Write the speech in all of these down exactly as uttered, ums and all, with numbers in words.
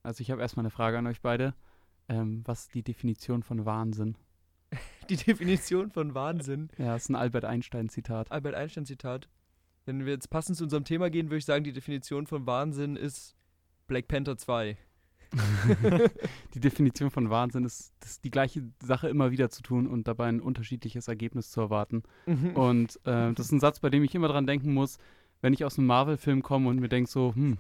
Also ich habe erstmal eine Frage an euch beide. Ähm, was ist die Definition von Wahnsinn? Die Definition von Wahnsinn. Ja, das ist ein Albert Einstein-Zitat. Albert Einstein-Zitat. Wenn wir jetzt passend zu unserem Thema gehen, würde ich sagen, die Definition von Wahnsinn ist Black Panther zwei. Die Definition von Wahnsinn ist, das die gleiche Sache immer wieder zu tun und dabei ein unterschiedliches Ergebnis zu erwarten. Und äh, das ist ein Satz, bei dem ich immer dran denken muss, wenn ich aus einem Marvel-Film komme und mir denke so, hm,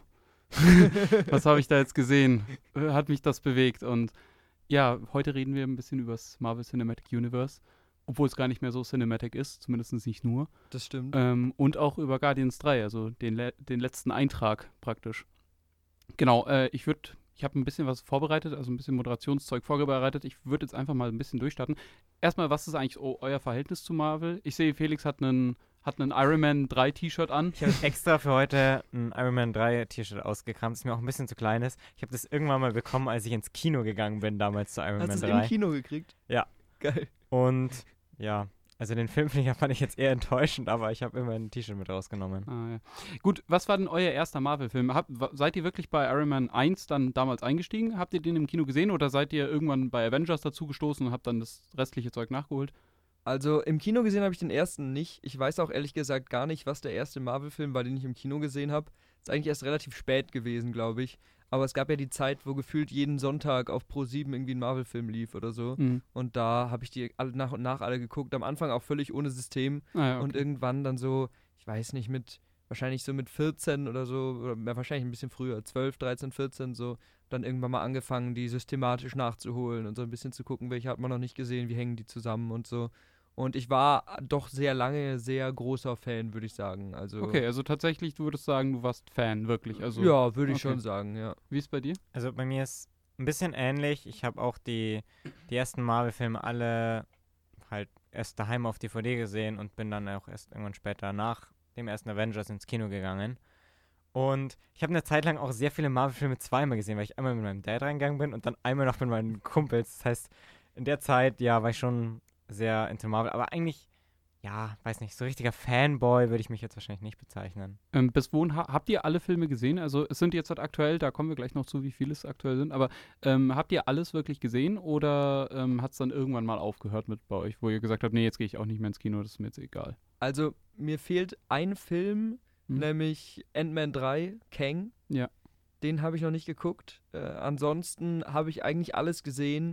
was habe ich da jetzt gesehen? Äh, Hat mich das bewegt? Und ja, heute reden wir ein bisschen über das Marvel Cinematic Universe, obwohl es gar nicht mehr so cinematic ist, zumindest nicht nur. Das stimmt. Ähm, und auch über Guardians drei, also den, le- den letzten Eintrag praktisch. Genau, äh, ich würde, ich habe ein bisschen was vorbereitet, also ein bisschen Moderationszeug vorbereitet. Ich würde jetzt einfach mal ein bisschen durchstarten. Erstmal, was ist eigentlich o- euer Verhältnis zu Marvel? Ich sehe, Felix hat einen hat einen Iron Man drei T-Shirt an. Ich habe extra für heute ein Iron Man drei T-Shirt ausgekramt, das mir auch ein bisschen zu klein ist. Ich habe das irgendwann mal bekommen, als ich ins Kino gegangen bin, damals zu Iron Hast Man du es drei. im Kino gekriegt? Ja. Geil. Und ja, also den Film finde ich, fand ich jetzt eher enttäuschend, aber ich habe immer ein T-Shirt mit rausgenommen. Ah, ja. Gut, was war denn euer erster Marvel-Film? Hab, wa- seid ihr wirklich bei Iron Man eins dann damals eingestiegen? Habt ihr den im Kino gesehen oder seid ihr irgendwann bei Avengers dazugestoßen und habt dann das restliche Zeug nachgeholt? Also im Kino gesehen habe ich den ersten nicht. Ich weiß auch ehrlich gesagt gar nicht, was der erste Marvel-Film war, den ich im Kino gesehen habe. Ist eigentlich erst relativ spät gewesen, glaube ich. Aber es gab ja die Zeit, wo gefühlt jeden Sonntag auf Pro sieben irgendwie ein Marvel-Film lief oder so. Mhm. Und da habe ich die alle nach und nach alle geguckt. Am Anfang auch völlig ohne System. Ah, ja, okay. Und irgendwann dann so, ich weiß nicht, mit wahrscheinlich so mit vierzehn oder so, oder ja, wahrscheinlich ein bisschen früher, zwölf, dreizehn, vierzehn so, dann irgendwann mal angefangen, die systematisch nachzuholen und so ein bisschen zu gucken, welche hat man noch nicht gesehen, wie hängen die zusammen und so. Und ich war doch sehr lange sehr großer Fan, würde ich sagen. Also, Okay, also tatsächlich, du würdest sagen, du warst Fan, wirklich. Also, ja, würde ich okay. schon sagen, ja. Wie ist bei dir? Also bei mir ist ein bisschen ähnlich. Ich habe auch die, die ersten Marvel-Filme alle halt erst daheim auf D V D gesehen und bin dann auch erst irgendwann später nach dem ersten Avengers ins Kino gegangen. Und ich habe eine Zeit lang auch sehr viele Marvel-Filme zweimal gesehen, weil ich einmal mit meinem Dad reingegangen bin und dann einmal noch mit meinen Kumpels. Das heißt, in der Zeit, ja, war ich schon sehr into Marvel. Aber eigentlich, ja, weiß nicht, so richtiger Fanboy würde ich mich jetzt wahrscheinlich nicht bezeichnen. Ähm, bis wohin ha habt ihr alle Filme gesehen? Also es sind jetzt halt aktuell, da kommen wir gleich noch zu, wie viele es aktuell sind, aber ähm, habt ihr alles wirklich gesehen oder ähm, hat es dann irgendwann mal aufgehört mit bei euch, wo ihr gesagt habt, nee, jetzt gehe ich auch nicht mehr ins Kino, das ist mir jetzt egal. Also, mir fehlt ein Film, Hm? nämlich Ant-Man drei, Kang. Ja. Den habe ich noch nicht geguckt. Äh, ansonsten habe ich eigentlich alles gesehen,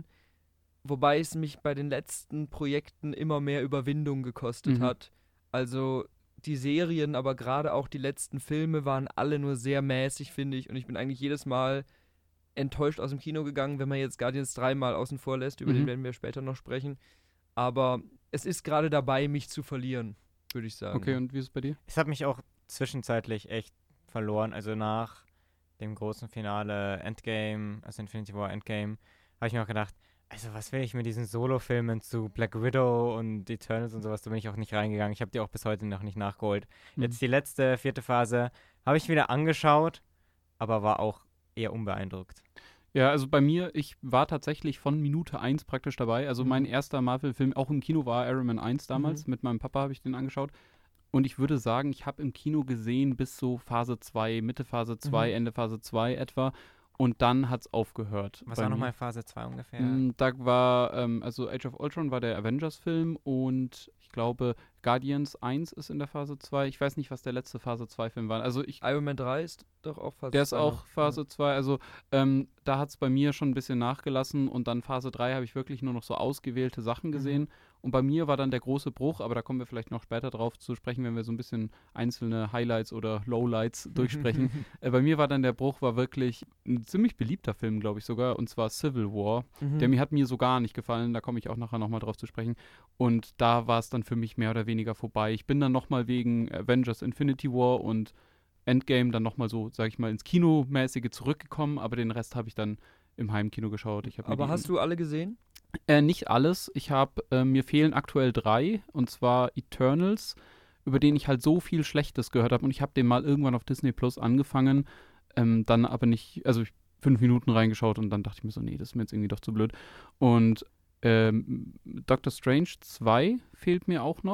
wobei es mich bei den letzten Projekten immer mehr Überwindung gekostet Mhm. hat. Also die Serien, aber gerade auch die letzten Filme waren alle nur sehr mäßig, finde ich. Und ich bin eigentlich jedes Mal enttäuscht aus dem Kino gegangen, wenn man jetzt Guardians drei mal außen vor lässt. Über Mhm. den werden wir später noch sprechen. Aber es ist gerade dabei, mich zu verlieren, würde ich sagen. Okay, und wie ist es bei dir? Es hat mich auch zwischenzeitlich echt verloren. Also nach dem großen Finale Endgame, also Infinity War Endgame, habe ich mir auch gedacht, also was will ich mit diesen Solo-Filmen zu Black Widow und Eternals und sowas, da bin ich auch nicht reingegangen. Ich habe die auch bis heute noch nicht nachgeholt. Mhm. Jetzt die letzte, vierte Phase habe ich wieder angeschaut, aber war auch eher unbeeindruckt. Ja, also bei mir, ich war tatsächlich von Minute eins praktisch dabei. Also mein Mhm. erster Marvel-Film, auch im Kino, war Iron Man eins damals. Mhm. Mit meinem Papa habe ich den angeschaut. Und ich würde sagen, ich habe im Kino gesehen bis so Phase zwei, Mitte Phase zwei, Mhm. Ende Phase zwei etwa. Und dann hat es aufgehört. Was bei war mir. nochmal Phase zwei ungefähr? Mm, Da war, ähm, also Age of Ultron war der Avengers-Film und ich glaube Guardians eins ist in der Phase zwei. Ich weiß nicht, was der letzte Phase zwei Film war. Also ich, Iron Man drei ist doch auch Phase der ist zwei auch noch. Phase zwei. Also ähm, da hat es bei mir schon ein bisschen nachgelassen und dann Phase drei habe ich wirklich nur noch so ausgewählte Sachen gesehen. Mhm. Und bei mir war dann der große Bruch, aber da kommen wir vielleicht noch später drauf zu sprechen, wenn wir so ein bisschen einzelne Highlights oder Lowlights durchsprechen. Äh, bei mir war dann der Bruch, war wirklich ein ziemlich beliebter Film, glaube ich sogar, und zwar Civil War. Mhm. Der mir hat mir so gar nicht gefallen, da komme ich auch nachher nochmal drauf zu sprechen. Und da war es dann für mich mehr oder weniger vorbei. Ich bin dann nochmal wegen Avengers Infinity War und Endgame dann nochmal so, sag ich mal, ins Kinomäßige zurückgekommen, aber den Rest habe ich dann im Heimkino geschaut. Ich hab mir Aber die- hast du alle gesehen? Äh, nicht alles. Ich habe, äh, mir fehlen aktuell drei, und zwar Eternals, über den ich halt so viel Schlechtes gehört habe und ich habe den mal irgendwann auf Disney Plus angefangen, ähm, dann aber nicht, also ich fünf Minuten reingeschaut und dann dachte ich mir so, nee, das ist mir jetzt irgendwie doch zu blöd. Und ähm, Doctor Strange zwei fehlt mir auch noch.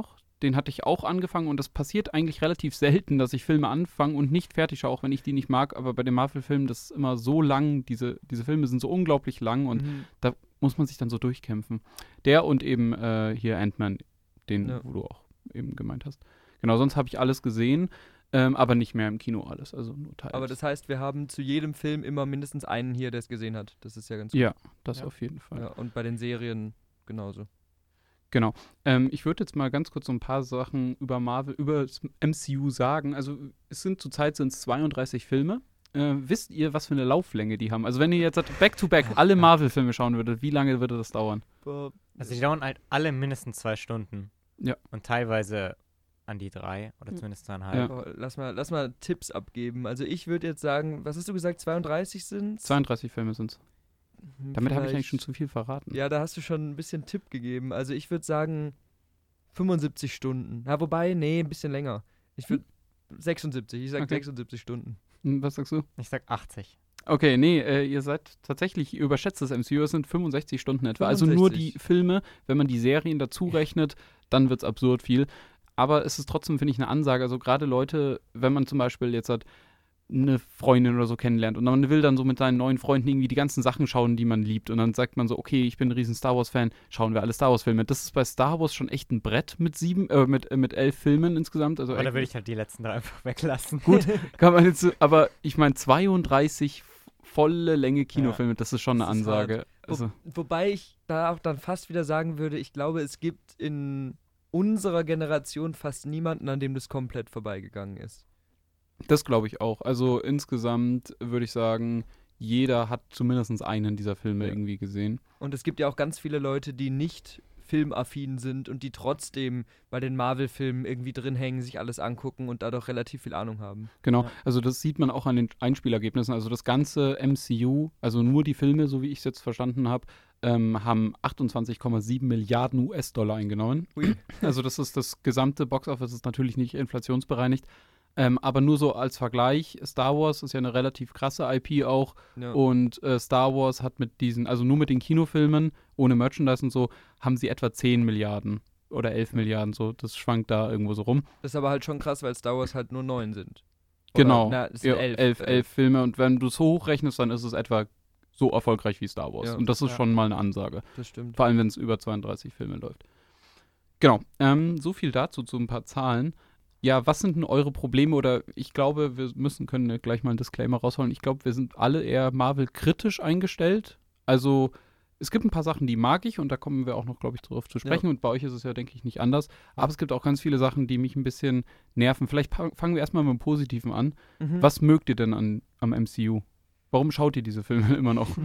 den hatte ich auch angefangen und das passiert eigentlich relativ selten, dass ich Filme anfange und nicht fertig schaue, auch wenn ich die nicht mag, aber bei den Marvel-Filmen, das ist immer so lang, diese, diese Filme sind so unglaublich lang und Mhm. da muss man sich dann so durchkämpfen. Der und eben äh, hier Ant-Man, den, Ja. wo du auch eben gemeint hast. Genau, sonst habe ich alles gesehen, ähm, aber nicht mehr im Kino alles, also nur teils. Aber das heißt, wir haben zu jedem Film immer mindestens einen hier, der es gesehen hat. Das ist ja ganz gut. Ja, das Ja. auf jeden Fall. Ja, und bei den Serien genauso. Genau. Ähm, ich würde jetzt mal ganz kurz so ein paar Sachen über Marvel, über das M C U sagen. Also es sind zurzeit sind es zweiunddreißig Filme. Äh, wisst ihr, was für eine Lauflänge die haben? Also wenn ihr jetzt back-to-back alle Marvel-Filme schauen würdet, wie lange würde das dauern? Also die dauern halt alle mindestens zwei Stunden. Ja. Und teilweise an die drei oder Mhm. zumindest zweieinhalb. Ja. Boah, lass, mal, lass mal Tipps abgeben. Also ich würde jetzt sagen, was hast du gesagt, zweiunddreißig sind zweiunddreißig Filme sind es. Damit habe ich eigentlich schon zu viel verraten. Ja, da hast du schon ein bisschen Tipp gegeben. Also ich würde sagen fünfundsiebzig Stunden. Ja, wobei, nee, ein bisschen länger. Ich würde sechsundsiebzig. Ich sag Okay. sechsundsiebzig Stunden. Hm, Was sagst du? Ich sag achtzig. Okay, nee, äh, ihr seid tatsächlich, ihr überschätzt das M C U, es sind fünfundsechzig Stunden etwa. Also nur die fünfundsechzig. Filme, wenn man die Serien dazu rechnet, dann wird es absurd viel. Aber es ist trotzdem, finde ich, eine Ansage. Also gerade Leute, wenn man zum Beispiel jetzt hat, eine Freundin oder so kennenlernt und man will dann so mit seinen neuen Freunden irgendwie die ganzen Sachen schauen, die man liebt und dann sagt man so, okay, ich bin ein riesen Star Wars Fan, schauen wir alle Star Wars Filme. Das ist bei Star Wars schon echt ein Brett mit sieben, äh, mit, äh, mit elf Filmen insgesamt. Also Aber da echt- würde ich halt die letzten drei einfach weglassen. Gut, kann man jetzt, so- aber ich meine zweiunddreißig volle Länge Kinofilme, das ist schon eine Das ist Ansage. Wo, Also, wobei ich da auch dann fast wieder sagen würde, ich glaube, es gibt in unserer Generation fast niemanden, an dem das komplett vorbeigegangen ist. das glaube ich auch. Also insgesamt würde ich sagen, jeder hat zumindest einen dieser Filme Ja. irgendwie gesehen. Und es gibt ja auch ganz viele Leute, die nicht filmaffin sind und die trotzdem bei den Marvel-Filmen irgendwie drin hängen, sich alles angucken und dadurch relativ viel Ahnung haben. Genau, Ja. also das sieht man auch an den Einspielergebnissen. Also das ganze M C U, also nur die Filme, so wie ich es jetzt verstanden habe, ähm, haben achtundzwanzig Komma sieben Milliarden U S-Dollar eingenommen. Ui. Also das ist das gesamte Boxoffice, ist natürlich nicht inflationsbereinigt. Ähm, aber nur so als Vergleich, Star Wars ist ja eine relativ krasse I P auch. Ja. Und äh, Star Wars hat mit diesen, also nur mit den Kinofilmen, ohne Merchandise und so, haben sie etwa zehn Milliarden oder elf Milliarden, so. Das schwankt da irgendwo so rum. Das ist aber halt schon krass, weil Star Wars halt nur neun sind. Oder, Genau. Na, es sind Ja, elf. elf, elf Filme. Und wenn du es hochrechnest, dann ist es etwa so erfolgreich wie Star Wars. Ja. Und das ist Ja. schon mal eine Ansage. Das stimmt. Vor allem, wenn es über zweiunddreißig Filme läuft. Genau. Ähm, so viel dazu, zu ein paar Zahlen. Ja, was sind denn eure Probleme? Oder ich glaube, wir müssen, können gleich mal einen Disclaimer rausholen. Ich glaube, wir sind alle eher Marvel-kritisch eingestellt. Also, es gibt ein paar Sachen, die mag ich und da kommen wir auch noch, glaube ich, drauf zu sprechen. Ja. Und bei euch ist es ja, denke ich, nicht anders. Aber es gibt auch ganz viele Sachen, die mich ein bisschen nerven. Vielleicht pa- fangen wir erstmal mit dem Positiven an. Mhm. Was mögt ihr denn an, am M C U? Warum schaut ihr diese Filme immer noch?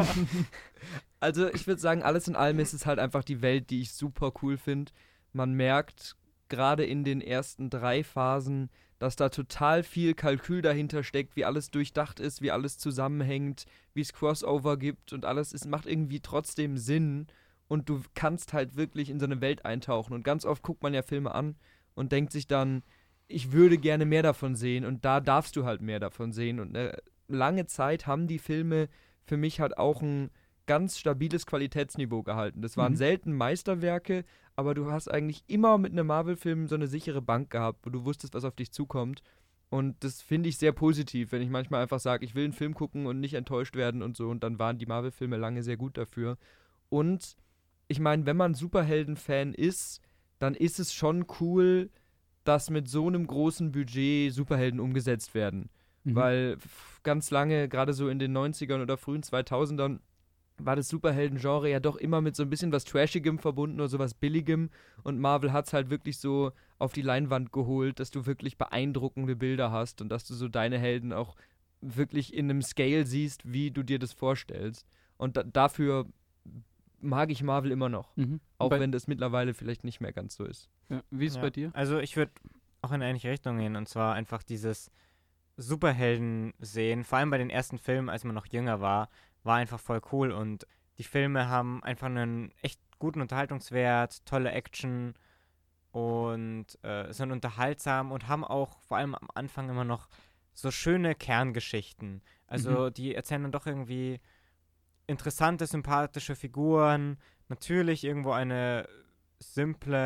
Also ich würde sagen, alles in allem ist es halt einfach die Welt, die ich super cool finde. Man merkt gerade in den ersten drei Phasen, dass da total viel Kalkül dahinter steckt, wie alles durchdacht ist, wie alles zusammenhängt, wie es Crossover gibt und alles. Es macht irgendwie trotzdem Sinn und du kannst halt wirklich in so eine Welt eintauchen. Und ganz oft guckt man ja Filme an und denkt sich dann, ich würde gerne mehr davon sehen und da darfst du halt mehr davon sehen. Und eine lange Zeit haben die Filme für mich halt auch ein ganz stabiles Qualitätsniveau gehalten. Das waren Mhm. selten Meisterwerke, aber du hast eigentlich immer mit einem Marvel-Film so eine sichere Bank gehabt, wo du wusstest, was auf dich zukommt. Und das finde ich sehr positiv, wenn ich manchmal einfach sage, ich will einen Film gucken und nicht enttäuscht werden und so. Und dann waren die Marvel-Filme lange sehr gut dafür. Und ich meine, wenn man Superhelden-Fan ist, dann ist es schon cool, dass mit so einem großen Budget Superhelden umgesetzt werden. Mhm. Weil f- ganz lange, gerade so in den neunzigern oder frühen zweitausendern, war das Superhelden-Genre ja doch immer mit so ein bisschen was Trashigem verbunden oder sowas Billigem. Und Marvel hat es halt wirklich so auf die Leinwand geholt, dass du wirklich beeindruckende Bilder hast und dass du so deine Helden auch wirklich in einem Scale siehst, wie du dir das vorstellst. Und da, dafür mag ich Marvel immer noch. Mhm. Auch Bei- wenn das mittlerweile vielleicht nicht mehr ganz so ist. Ja, wie ist es Ja. bei dir? Also ich würde auch in eine ähnliche Richtung gehen und zwar einfach dieses Superhelden sehen, vor allem bei den ersten Filmen, als man noch jünger war, war einfach voll cool und die Filme haben einfach einen echt guten Unterhaltungswert, tolle Action und äh, sind unterhaltsam und haben auch vor allem am Anfang immer noch so schöne Kerngeschichten. Also die erzählen dann doch irgendwie interessante, sympathische Figuren, natürlich irgendwo eine simple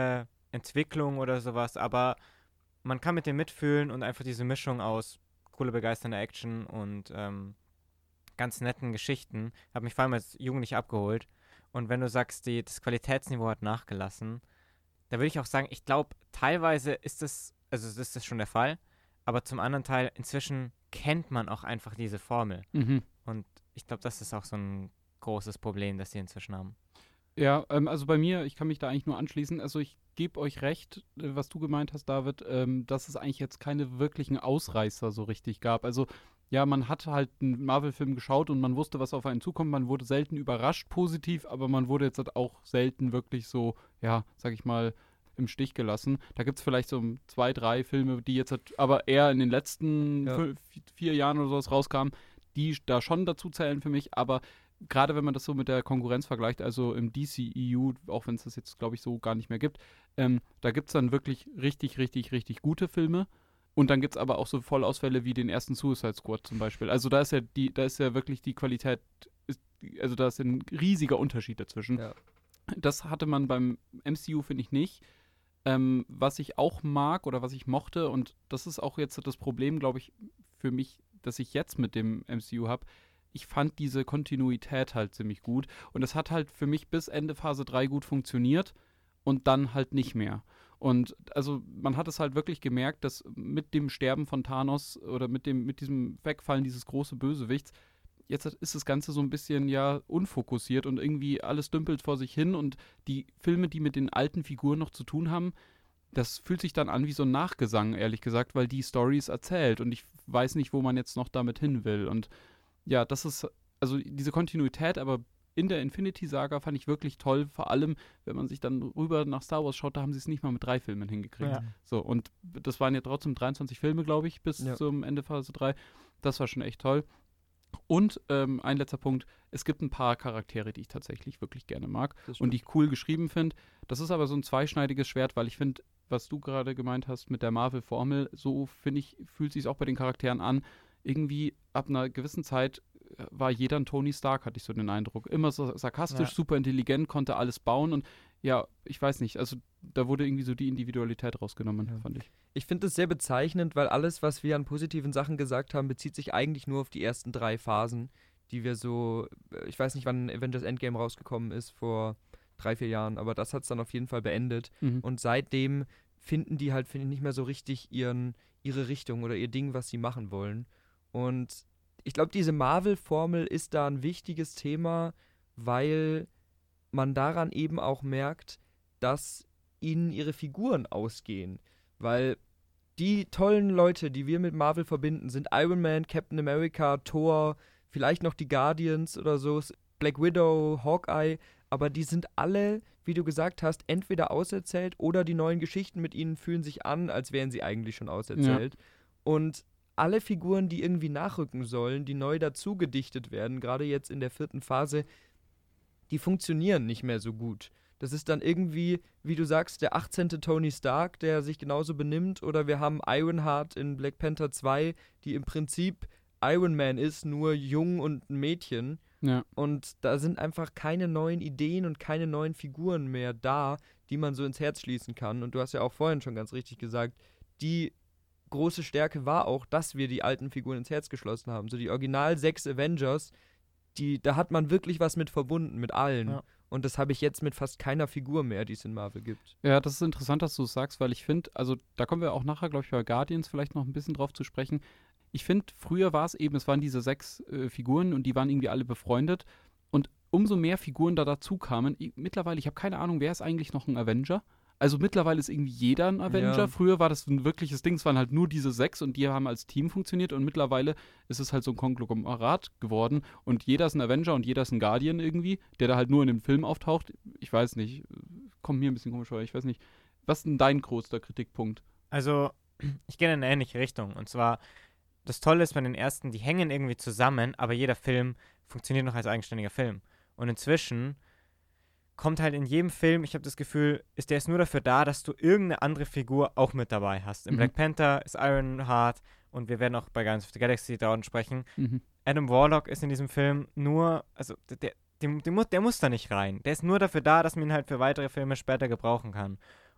Entwicklung oder sowas, aber man kann mit dem mitfühlen und einfach diese Mischung aus coole, begeisternde Action und ähm, ganz netten Geschichten hat mich vor allem als Jugendlicher abgeholt. Und wenn du sagst, die, das Qualitätsniveau hat nachgelassen, da würde ich auch sagen, ich glaube, teilweise ist es, also ist das schon der Fall, aber zum anderen Teil, inzwischen kennt man auch einfach diese Formel. Mhm. Und ich glaube, das ist auch so ein großes Problem, das sie inzwischen haben. Ja, ähm, also bei mir, ich kann mich da eigentlich nur anschließen. Also ich gebe euch recht, äh, was du gemeint hast, David, ähm, dass es eigentlich jetzt keine wirklichen Ausreißer so richtig gab. Also ja, man hat halt einen Marvel-Film geschaut und man wusste, was auf einen zukommt. Man wurde selten überrascht positiv, aber man wurde jetzt halt auch selten wirklich so, ja, sag ich mal, im Stich gelassen. Da gibt es vielleicht so zwei, drei Filme, die jetzt halt aber eher in den letzten Ja. fünf, vier Jahren oder sowas rauskamen, die da schon dazu zählen für mich, aber gerade wenn man das so mit der Konkurrenz vergleicht, also im D C E U, auch wenn es das jetzt, glaube ich, so gar nicht mehr gibt, ähm, da gibt es dann wirklich richtig, richtig, richtig gute Filme. Und dann gibt es aber auch so Vollausfälle wie den ersten Suicide Squad zum Beispiel. Also da ist ja die, da ist ja wirklich die Qualität, ist, also da ist ein riesiger Unterschied dazwischen. Ja. Das hatte man beim M C U, finde ich, nicht. Ähm, was ich auch mag oder was ich mochte, und das ist auch jetzt das Problem, glaube ich, für mich, das ich jetzt mit dem M C U habe, ich fand diese Kontinuität halt ziemlich gut. Und das hat halt für mich bis Ende Phase drei gut funktioniert und dann halt nicht mehr. Und also man hat es halt wirklich gemerkt, dass mit dem Sterben von Thanos oder mit dem, mit diesem Wegfallen dieses große Bösewichts, jetzt ist das Ganze so ein bisschen ja unfokussiert und irgendwie alles dümpelt vor sich hin und die Filme, die mit den alten Figuren noch zu tun haben, das fühlt sich dann an wie so ein Nachgesang, ehrlich gesagt, weil die Story ist erzählt und ich weiß nicht, wo man jetzt noch damit hin will. Und ja, das ist, also diese Kontinuität, aber in der Infinity-Saga fand ich wirklich toll, vor allem, wenn man sich dann rüber nach Star Wars schaut, da haben sie es nicht mal mit drei Filmen hingekriegt. Ja. So, und das waren ja trotzdem dreiundzwanzig Filme, glaube ich, bis Ja. zum Ende Phase drei. Das war schon echt toll. Und ähm, ein letzter Punkt, es gibt ein paar Charaktere, die ich tatsächlich wirklich gerne mag Das und die ich cool geschrieben finde. Das ist aber so ein zweischneidiges Schwert, weil ich finde, was du gerade gemeint hast mit der Marvel-Formel, so finde ich, fühlt sich auch bei den Charakteren an. Irgendwie ab einer gewissen Zeit äh, war jeder ein Tony Stark, hatte ich so den Eindruck. Immer so sarkastisch, Ja. super intelligent, konnte alles bauen und ja, ich weiß nicht, also da wurde irgendwie so die Individualität rausgenommen, Ja. fand ich. Ich finde es sehr bezeichnend, weil alles, was wir an positiven Sachen gesagt haben, bezieht sich eigentlich nur auf die ersten drei Phasen, die wir so, äh, ich weiß nicht, wann Avengers Endgame rausgekommen ist, vor drei, vier Jahren, aber das hat es dann auf jeden Fall beendet. Mhm. Und seitdem finden die halt, finde ich, nicht mehr so richtig ihren, ihre Richtung oder ihr Ding, was sie machen wollen. Und ich glaube, diese Marvel-Formel ist da ein wichtiges Thema, weil man daran eben auch merkt, dass ihnen ihre Figuren ausgehen. Weil die tollen Leute, die wir mit Marvel verbinden, sind Iron Man, Captain America, Thor, vielleicht noch die Guardians oder so, Black Widow, Hawkeye, aber die sind alle, wie du gesagt hast, entweder auserzählt oder die neuen Geschichten mit ihnen fühlen sich an, als wären sie eigentlich schon auserzählt. Ja. Und alle Figuren, die irgendwie nachrücken sollen, die neu dazu gedichtet werden, gerade jetzt in der vierten Phase, die funktionieren nicht mehr so gut. Das ist dann irgendwie, wie du sagst, der achtzehnte Tony Stark, der sich genauso benimmt. Oder wir haben Ironheart in Black Panther zwei, die im Prinzip Iron Man ist, nur jung und ein Mädchen. Ja. Und da sind einfach keine neuen Ideen und keine neuen Figuren mehr da, die man so ins Herz schließen kann. Und du hast ja auch vorhin schon ganz richtig gesagt, die große Stärke war auch, dass wir die alten Figuren ins Herz geschlossen haben. So die Original sechs Avengers, die, da hat man wirklich was mit verbunden, mit allen. Ja. Und das habe ich jetzt mit fast keiner Figur mehr, die es in Marvel gibt. Ja, das ist interessant, dass du es sagst, weil ich finde, also da kommen wir auch nachher, glaube ich, bei Guardians vielleicht noch ein bisschen drauf zu sprechen. Ich finde, früher war es eben, es waren diese sechs äh, Figuren und die waren irgendwie alle befreundet. Und umso mehr Figuren da dazu kamen, ich, mittlerweile, ich habe keine Ahnung, wer ist eigentlich noch ein Avenger? Also mittlerweile ist irgendwie jeder ein Avenger. Ja. Früher war das ein wirkliches Ding, es waren halt nur diese sechs und die haben als Team funktioniert und mittlerweile ist es halt so ein Konglomerat geworden und jeder ist ein Avenger und jeder ist ein Guardian irgendwie, der da halt nur in dem Film auftaucht. Ich weiß nicht, kommt mir ein bisschen komisch vor, ich weiß nicht. Was ist denn dein größter Kritikpunkt? Also, ich gehe in eine ähnliche Richtung und zwar, das Tolle ist bei den ersten, die hängen irgendwie zusammen, aber jeder Film funktioniert noch als eigenständiger Film. Und inzwischen kommt halt in jedem Film, ich habe das Gefühl, ist der ist nur dafür da, dass du irgendeine andere Figur auch mit dabei hast. In Mhm. Black Panther ist Ironheart und wir werden auch bei Guardians of the Galaxy dauernd sprechen. Mhm. Adam Warlock ist in diesem Film nur, also der, der, der, der, muss, der muss da nicht rein. Der ist nur dafür da, dass man ihn halt für weitere Filme später gebrauchen kann.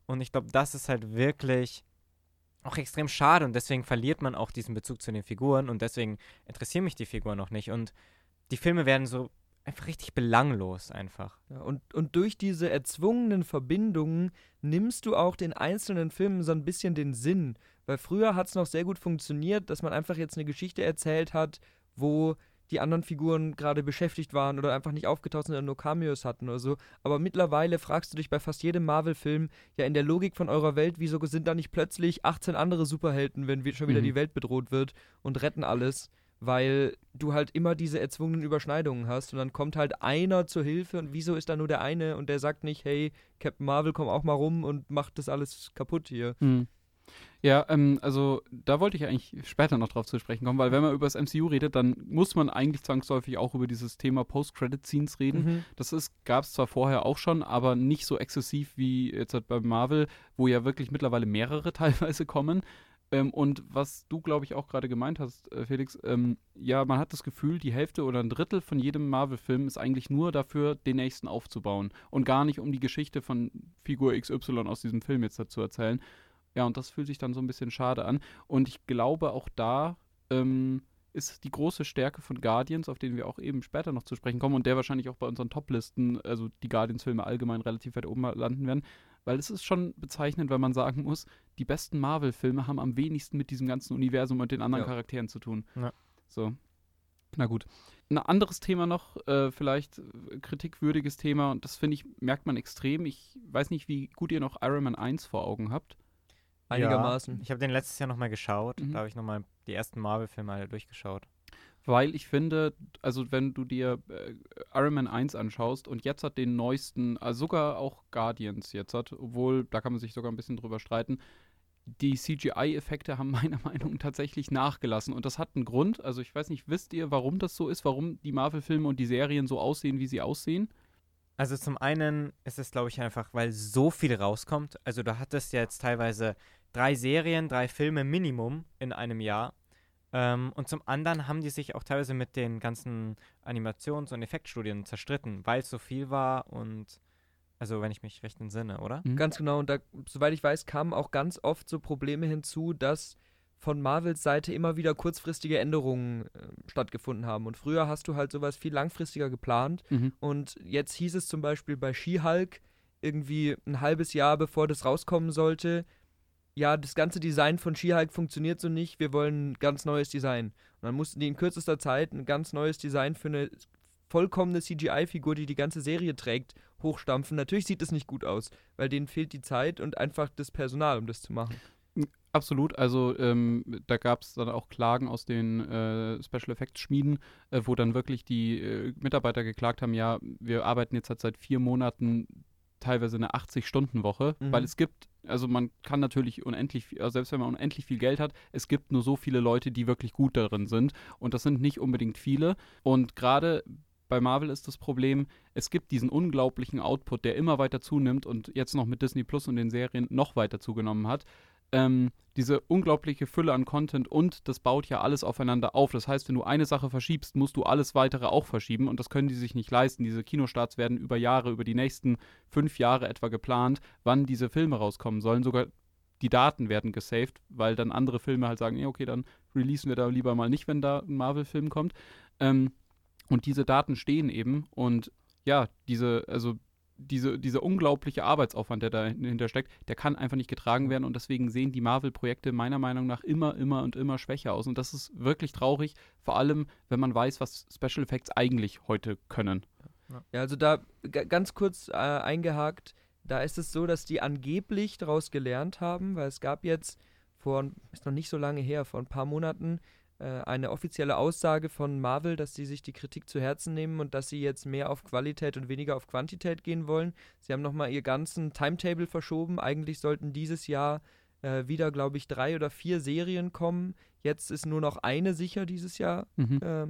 Und ich glaube, das ist halt wirklich auch extrem schade und deswegen verliert man auch diesen Bezug zu den Figuren und deswegen interessieren mich die Figuren noch nicht. Und die Filme werden so einfach richtig belanglos einfach. Ja, und, und durch diese erzwungenen Verbindungen nimmst du auch den einzelnen Filmen so ein bisschen den Sinn. Weil früher hat es noch sehr gut funktioniert, dass man einfach jetzt eine Geschichte erzählt hat, wo die anderen Figuren gerade beschäftigt waren oder einfach nicht aufgetaucht sind oder nur Cameos hatten oder so. Aber mittlerweile fragst du dich bei fast jedem Marvel-Film, ja, in der Logik von eurer Welt, wieso sind da nicht plötzlich achtzehn andere Superhelden, wenn schon wieder mhm. die Welt bedroht wird und retten alles? Weil du halt immer diese erzwungenen Überschneidungen hast und dann kommt halt einer zur Hilfe und wieso ist da nur der eine und der sagt nicht, hey, Captain Marvel, komm auch mal rum und macht das alles kaputt hier. Mhm. Ja, ähm, also da wollte ich eigentlich später noch drauf zu sprechen kommen, weil wenn man über das M C U redet, dann muss man eigentlich zwangsläufig auch über dieses Thema Post-Credit-Scenes reden. Mhm. Das ist, gab es zwar vorher auch schon, aber nicht so exzessiv wie jetzt halt bei Marvel, wo ja wirklich mittlerweile mehrere teilweise kommen. Ähm, und was du, glaube ich, auch gerade gemeint hast, äh, Felix, ähm, ja, man hat das Gefühl, die Hälfte oder ein Drittel von jedem Marvel-Film ist eigentlich nur dafür, den nächsten aufzubauen und gar nicht, um die Geschichte von Figur X Y aus diesem Film jetzt dazu erzählen. Ja, und das fühlt sich dann so ein bisschen schade an. Und ich glaube, auch da ähm, ist die große Stärke von Guardians, auf den wir auch eben später noch zu sprechen kommen und der wahrscheinlich auch bei unseren Top-Listen, also die Guardians-Filme allgemein relativ weit oben landen werden, weil es ist schon bezeichnend, wenn man sagen muss, die besten Marvel-Filme haben am wenigsten mit diesem ganzen Universum und den anderen ja. Charakteren zu tun. Ja. So. Na gut. Ein anderes Thema noch, äh, vielleicht kritikwürdiges Thema, und das finde ich, merkt man extrem. Ich weiß nicht, wie gut ihr noch Iron Man eins vor Augen habt. Einigermaßen. Ja, ich habe den letztes Jahr nochmal geschaut. Mhm. Da habe ich nochmal die ersten Marvel-Filme alle durchgeschaut. Weil ich finde, also wenn du dir äh, Iron Man eins anschaust und jetzt hat den neuesten, also sogar auch Guardians jetzt hat, obwohl, da kann man sich sogar ein bisschen drüber streiten, die C G I-Effekte haben meiner Meinung nach tatsächlich nachgelassen. Und das hat einen Grund. Also ich weiß nicht, wisst ihr, warum das so ist? Warum die Marvel-Filme und die Serien so aussehen, wie sie aussehen? Also zum einen ist es, glaube ich, einfach, weil so viel rauskommt. Also du hattest ja jetzt teilweise drei Serien, drei Filme Minimum in einem Jahr. Ähm, und zum anderen haben die sich auch teilweise mit den ganzen Animations- und Effektstudien zerstritten, weil es so viel war und, also wenn ich mich recht entsinne, oder? Mhm. Ganz genau. Und da, soweit ich weiß, kamen auch ganz oft so Probleme hinzu, dass von Marvels Seite immer wieder kurzfristige Änderungen äh, stattgefunden haben. Und früher hast du halt sowas viel langfristiger geplant. Mhm. Und jetzt hieß es zum Beispiel bei She-Hulk irgendwie ein halbes Jahr, bevor das rauskommen sollte, ja, das ganze Design von She-Hulk funktioniert so nicht, wir wollen ein ganz neues Design. Und dann mussten die in kürzester Zeit ein ganz neues Design für eine vollkommene C G I-Figur, die die ganze Serie trägt, hochstampfen. Natürlich sieht das nicht gut aus, weil denen fehlt die Zeit und einfach das Personal, um das zu machen. Absolut, also ähm, da gab es dann auch Klagen aus den äh, Special Effects Schmieden, äh, wo dann wirklich die äh, Mitarbeiter geklagt haben, ja, wir arbeiten jetzt halt seit vier Monaten teilweise eine achtzig-Stunden-Woche, mhm. weil es gibt, also man kann natürlich unendlich, viel, also selbst wenn man unendlich viel Geld hat, es gibt nur so viele Leute, die wirklich gut darin sind und das sind nicht unbedingt viele und gerade bei Marvel ist das Problem, es gibt diesen unglaublichen Output, der immer weiter zunimmt und jetzt noch mit Disney Plus und den Serien noch weiter zugenommen hat. Ähm, diese unglaubliche Fülle an Content und das baut ja alles aufeinander auf. Das heißt, wenn du eine Sache verschiebst, musst du alles weitere auch verschieben und das können die sich nicht leisten. Diese Kinostarts werden über Jahre, über die nächsten fünf Jahre etwa geplant, wann diese Filme rauskommen sollen. Sogar die Daten werden gesaved, weil dann andere Filme halt sagen, ja okay, dann releasen wir da lieber mal nicht, wenn da ein Marvel-Film kommt. Ähm, und diese Daten stehen eben und ja, diese, also Diese, dieser unglaubliche Arbeitsaufwand, der dahinter steckt, der kann einfach nicht getragen werden und deswegen sehen die Marvel-Projekte meiner Meinung nach immer, immer und immer schwächer aus und das ist wirklich traurig, vor allem, wenn man weiß, was Special Effects eigentlich heute können. Ja, also da g- ganz kurz äh, eingehakt, da ist es so, dass die angeblich daraus gelernt haben, weil es gab jetzt vor, ist noch nicht so lange her, vor ein paar Monaten, eine offizielle Aussage von Marvel, dass sie sich die Kritik zu Herzen nehmen und dass sie jetzt mehr auf Qualität und weniger auf Quantität gehen wollen. Sie haben nochmal ihr ganzen Timetable verschoben. Eigentlich sollten dieses Jahr äh, wieder, glaube ich, drei oder vier Serien kommen. Jetzt ist nur noch eine sicher dieses Jahr. Mhm. Äh,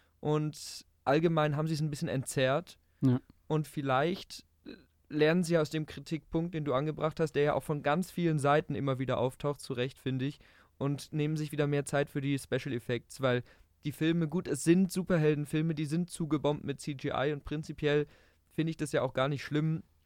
und allgemein haben sie es ein bisschen entzerrt. Ja. Und vielleicht lernen sie aus dem Kritikpunkt, den du angebracht hast, der ja auch von ganz vielen Seiten immer wieder auftaucht, zu Recht, finde ich, und nehmen sich wieder mehr Zeit für die Special Effects, weil die Filme, gut, es sind Superheldenfilme, die sind zugebombt mit C G I und prinzipiell finde ich das ja auch gar nicht schlimm,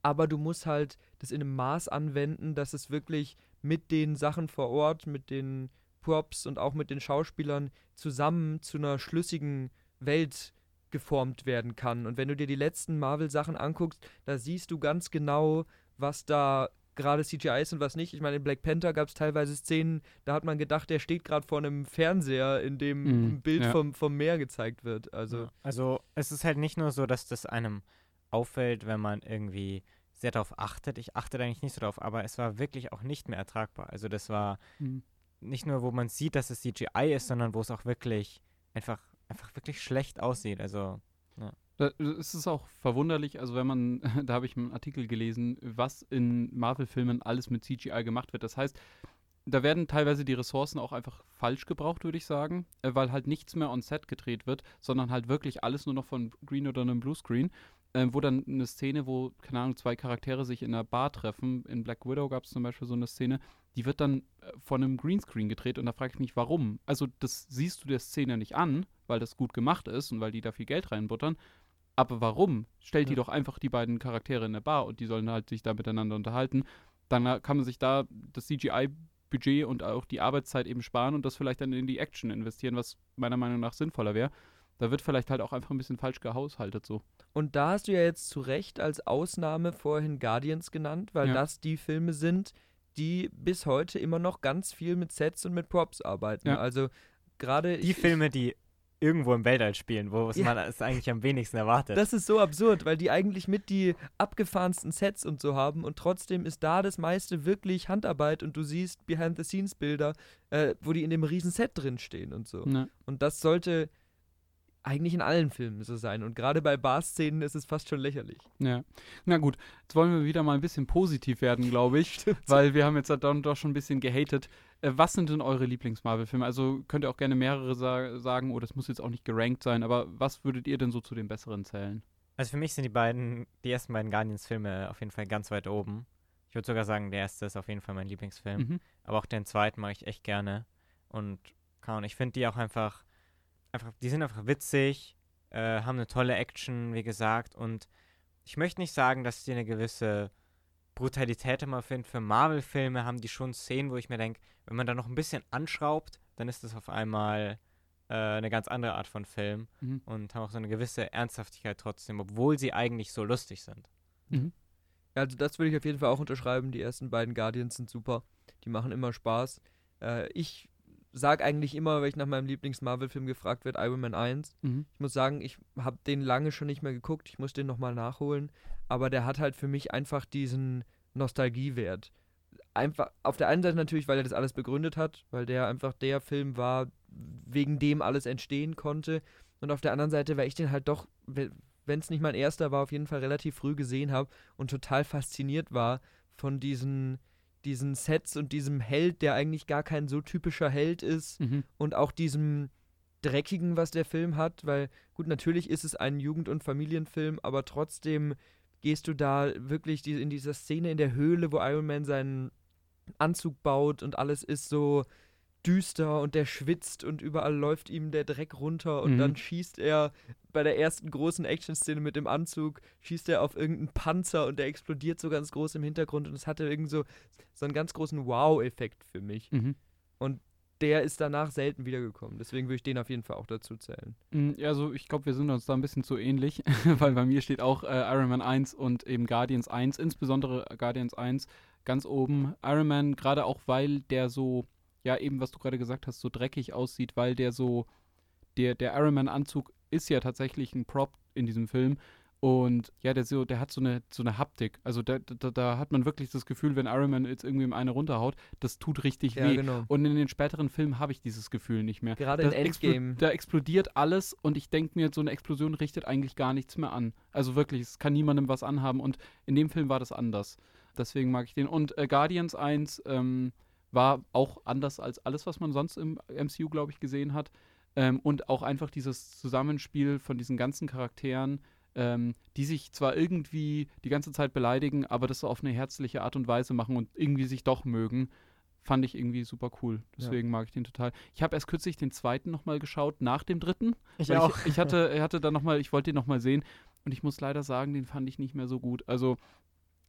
aber du musst halt das in einem Maß anwenden, dass es wirklich mit den Sachen vor Ort, mit den Props und auch mit den Schauspielern zusammen zu einer schlüssigen Welt geformt werden kann. Und wenn du dir die letzten Marvel-Sachen anguckst, da siehst du ganz genau, was da gerade C G I ist und was nicht. Ich meine, in Black Panther gab es teilweise Szenen, da hat man gedacht, der steht gerade vor einem Fernseher, in dem Mhm, ein Bild ja. vom, vom Meer gezeigt wird. Also, Ja. Also es ist halt nicht nur so, dass das einem auffällt, wenn man irgendwie sehr darauf achtet. Ich achte da eigentlich nicht so drauf, aber es war wirklich auch nicht mehr ertragbar. Also das war Mhm. nicht nur, wo man sieht, dass es C G I ist, sondern wo es auch wirklich einfach, einfach wirklich schlecht aussieht. Also Da, es ist auch verwunderlich, also wenn man, da habe ich einen Artikel gelesen, was in Marvel-Filmen alles mit C G I gemacht wird. Das heißt, da werden teilweise die Ressourcen auch einfach falsch gebraucht, würde ich sagen, äh, weil halt nichts mehr on Set gedreht wird, sondern halt wirklich alles nur noch von Green oder einem Bluescreen, äh, wo dann eine Szene, wo, keine Ahnung, zwei Charaktere sich in einer Bar treffen, in Black Widow gab es zum Beispiel so eine Szene, die wird dann äh, von einem Greenscreen gedreht und da frage ich mich, warum? Also das siehst du der Szene nicht an, weil das gut gemacht ist und weil die da viel Geld reinbuttern, aber warum? Stellt die Ja. doch einfach die beiden Charaktere in der Bar und die sollen halt sich da miteinander unterhalten. Dann äh, kann man sich da das C G I-Budget und auch die Arbeitszeit eben sparen und das vielleicht dann in die Action investieren, was meiner Meinung nach sinnvoller wäre. Da wird vielleicht halt auch einfach ein bisschen falsch gehaushaltet so. und da hast du ja jetzt zu Recht als Ausnahme vorhin Guardians genannt, weil Ja. das die Filme sind, die bis heute immer noch ganz viel mit Sets und mit Props arbeiten. Ja. Also gerade die ich- Filme, die irgendwo im Weltall spielen, wo es Ja. man es eigentlich am wenigsten erwartet. Das ist so absurd, weil die eigentlich mit die abgefahrensten Sets und so haben und trotzdem ist da das meiste wirklich Handarbeit und du siehst Behind-the-Scenes-Bilder, äh, wo die in dem riesen Set drin stehen und so. Ne? Und das sollte eigentlich in allen Filmen so sein. Und gerade bei Bar-Szenen ist es fast schon lächerlich. Ja. Na gut, jetzt wollen wir wieder mal ein bisschen positiv werden, glaube ich, weil wir haben jetzt dann doch schon ein bisschen gehatet. Äh, was sind denn eure Lieblings-Marvel-Filme? Also könnt ihr auch gerne mehrere sa- sagen, oder es muss jetzt auch nicht gerankt sein, aber was würdet ihr denn so zu den besseren zählen? Also für mich sind die beiden, die ersten beiden Guardians-Filme auf jeden Fall ganz weit oben. Ich würde sogar sagen, der erste ist auf jeden Fall mein Lieblingsfilm. Mhm. Aber auch den zweiten mache ich echt gerne. Und kann, ich finde die auch einfach, einfach, die sind einfach witzig, äh, haben eine tolle Action, wie gesagt. Und ich möchte nicht sagen, dass die eine gewisse Brutalität immer finden. Für Marvel-Filme haben die schon Szenen, wo ich mir denke, wenn man da noch ein bisschen anschraubt, dann ist das auf einmal äh, eine ganz andere Art von Film. Mhm. Und haben auch so eine gewisse Ernsthaftigkeit trotzdem, obwohl sie eigentlich so lustig sind. Mhm. Ja, also das würde ich auf jeden Fall auch unterschreiben. Die ersten beiden Guardians sind super. Die machen immer Spaß. Äh, ich sag eigentlich immer, wenn ich nach meinem Lieblings-Marvel-Film gefragt werde, Iron Man eins. Mhm. Ich muss sagen, ich habe den lange schon nicht mehr geguckt. Ich muss den nochmal nachholen. Aber der hat halt für mich einfach diesen Nostalgiewert. Einfach, auf der einen Seite natürlich, weil er das alles begründet hat, weil der einfach der Film war, wegen dem alles entstehen konnte. Und auf der anderen Seite, weil ich den halt doch, wenn es nicht mein erster war, auf jeden Fall relativ früh gesehen habe und total fasziniert war von diesen, diesen Sets und diesem Held, der eigentlich gar kein so typischer Held ist. Mhm. Und auch diesem Dreckigen, was der Film hat, weil gut, natürlich ist es ein Jugend- und Familienfilm, aber trotzdem gehst du da wirklich die, in dieser Szene in der Höhle, wo Iron Man seinen Anzug baut und alles ist so düster und der schwitzt und überall läuft ihm der Dreck runter und Mhm. dann schießt er bei der ersten großen Action-Szene mit dem Anzug, schießt er auf irgendeinen Panzer und der explodiert so ganz groß im Hintergrund und es hatte irgend so, so einen ganz großen Wow-Effekt für mich. Mhm. Der ist danach selten wiedergekommen. Deswegen würde ich den auf jeden Fall auch dazu zählen. Mm, ja, also ich glaube, wir sind uns da ein bisschen zu ähnlich, weil bei mir steht auch äh, Iron Man eins und eben Guardians eins, insbesondere Guardians eins ganz oben. Iron Man, gerade auch, weil der so, ja eben, was du gerade gesagt hast, so dreckig aussieht, weil der so, der, der Iron Man-Anzug ist ja tatsächlich ein Prop in diesem Film. Und ja, der, so, der hat so eine, so eine Haptik. Also da, da, da hat man wirklich das Gefühl, wenn Iron Man jetzt irgendwie eine runterhaut, das tut richtig Ja, weh. genau. Und in den späteren Filmen habe ich dieses Gefühl nicht mehr. Gerade Da in explo- Endgame. Da explodiert alles und ich denke mir, so eine Explosion richtet eigentlich gar nichts mehr an. Also wirklich, es kann niemandem was anhaben und in dem Film war das anders. Deswegen mag ich den. Und äh, Guardians eins ähm, war auch anders als alles, was man sonst im M C U, glaube ich, gesehen hat. Ähm, und auch einfach dieses Zusammenspiel von diesen ganzen Charakteren, ähm, die sich zwar irgendwie die ganze Zeit beleidigen, aber das so auf eine herzliche Art und Weise machen und irgendwie sich doch mögen, fand ich irgendwie super cool. Deswegen mag ich den total. Ich habe erst kürzlich den zweiten nochmal geschaut, nach dem dritten. Ich weil auch. Ich, ich hatte, er hatte dann nochmal, ich wollte den nochmal sehen und ich muss leider sagen, den fand ich nicht mehr so gut. Also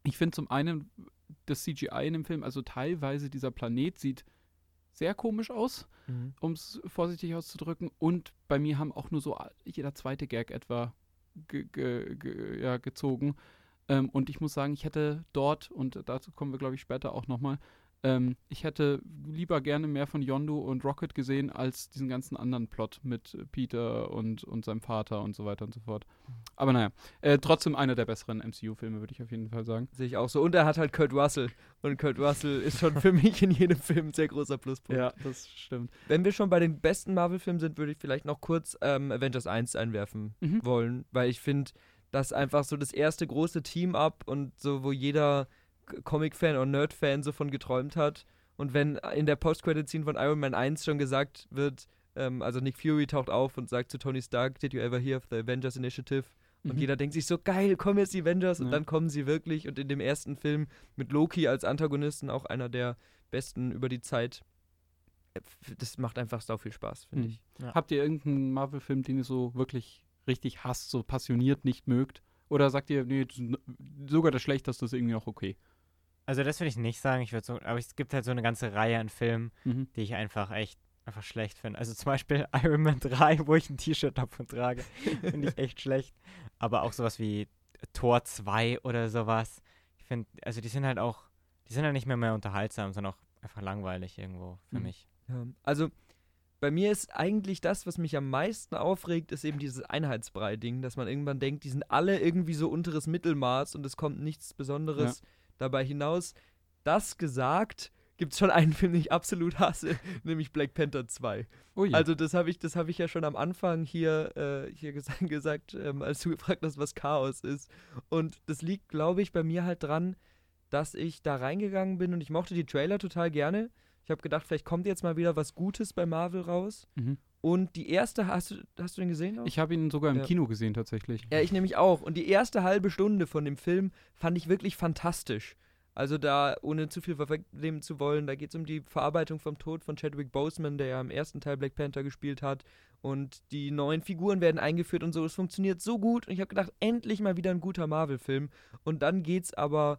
Ich finde zum einen das C G I in dem Film, also teilweise dieser Planet sieht sehr komisch aus, Mhm. um es vorsichtig auszudrücken. Und bei mir haben auch nur so jeder zweite Gag etwa ge ge ge ja, gezogen. Ähm, und ich muss sagen, ich hätte dort, und dazu kommen wir, glaube ich, später auch nochmal, ähm, ich hätte lieber gerne mehr von Yondu und Rocket gesehen, als diesen ganzen anderen Plot mit Peter und, und seinem Vater und so weiter und so fort. Aber naja, äh, trotzdem einer der besseren M C U-Filme, würde ich auf jeden Fall sagen. Sehe ich auch so. Und er hat halt Kurt Russell. Und Kurt Russell ist schon für mich in jedem Film ein sehr großer Pluspunkt. Ja, das stimmt. Wenn wir schon bei den besten Marvel-Filmen sind, würde ich vielleicht noch kurz ähm, Avengers eins einwerfen Mhm. wollen, weil ich finde, das einfach so das erste große Team-Up und so, wo jeder K- Comic-Fan oder Nerd-Fan so von geträumt hat. Und wenn in der Post-Credit-Scene von Iron Man eins schon gesagt wird, ähm, also Nick Fury taucht auf und sagt zu Tony Stark, "Did you ever hear of the Avengers Initiative?" Und Mhm. jeder denkt sich so, geil, kommen jetzt die Avengers. Und Ja. dann kommen sie wirklich. Und in dem ersten Film mit Loki als Antagonisten, auch einer der besten über die Zeit, äh, f- das macht einfach sau viel Spaß, finde Mhm. ich. Ja. Habt ihr irgendeinen Marvel-Film, den ihr so wirklich richtig hasst, so passioniert nicht mögt? Oder sagt ihr, nee, das ist n- sogar das Schlechteste ist irgendwie noch okay? Also das würde ich nicht sagen, ich würde so, aber es gibt halt so eine ganze Reihe an Filmen, Mhm. die ich einfach echt einfach schlecht finde. Also zum Beispiel Iron Man drei, wo ich ein T-Shirt davon trage, finde ich echt schlecht. Aber auch sowas wie Tor zwei oder sowas. Ich finde, also die sind halt auch, die sind halt nicht mehr mehr unterhaltsam, sondern auch einfach langweilig irgendwo für Mhm. mich. Ja. Also bei mir ist eigentlich das, was mich am meisten aufregt, ist eben dieses Einheitsbrei-Ding, dass man irgendwann denkt, die sind alle irgendwie so unteres Mittelmaß und es kommt nichts Besonderes dabei hinaus. Das gesagt, gibt es schon einen Film, den ich absolut hasse, nämlich Black Panther zwei. Oh je. Also das habe ich, das habe ich ja schon am Anfang hier, äh, hier ges gesagt, ähm, als du gefragt hast, was Chaos ist. Und das liegt, glaube ich, bei mir halt dran, dass ich da reingegangen bin und ich mochte die Trailer total gerne. Ich habe gedacht, vielleicht kommt jetzt mal wieder was Gutes bei Marvel raus. Mhm. Und die erste, hast du, hast du den gesehen? Auch? Ich habe ihn sogar im Ja. Kino gesehen, tatsächlich. Ja, ich nämlich auch. Und die erste halbe Stunde von dem Film fand ich wirklich fantastisch. Also da, ohne zu viel vorwegnehmen zu wollen, da geht es um die Verarbeitung vom Tod von Chadwick Boseman, der ja im ersten Teil Black Panther gespielt hat. Und die neuen Figuren werden eingeführt und so. Es funktioniert so gut. Und ich habe gedacht, endlich mal wieder ein guter Marvel-Film. Und dann geht's aber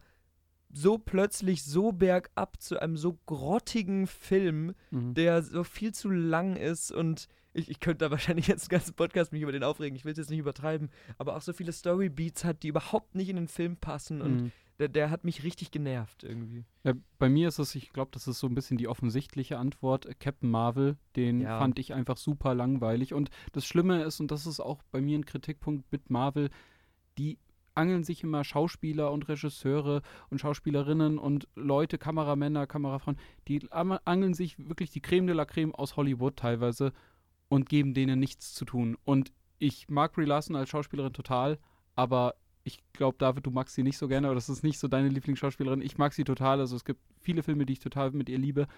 so plötzlich so bergab zu einem so grottigen Film, Mhm. der so viel zu lang ist und ich, ich könnte da wahrscheinlich jetzt den ganzen Podcast mich über den aufregen, ich will es jetzt nicht übertreiben, aber auch so viele Storybeats hat, die überhaupt nicht in den Film passen und Mhm. der, der hat mich richtig genervt irgendwie. Ja, bei mir ist es, ich glaube, das ist so ein bisschen die offensichtliche Antwort. Äh, Captain Marvel, den Ja. fand ich einfach super langweilig. Und das Schlimme ist, und das ist auch bei mir ein Kritikpunkt mit Marvel, die angeln sich immer Schauspieler und Regisseure und Schauspielerinnen und Leute, Kameramänner, Kamerafrauen, die am- angeln sich wirklich die Creme de la Creme aus Hollywood teilweise und geben denen nichts zu tun. Und ich mag Brie Larson als Schauspielerin total, aber ich glaube, David, du magst sie nicht so gerne, oder das ist nicht so deine Lieblingsschauspielerin. Ich mag sie total, also es gibt viele Filme, die ich total mit ihr liebe.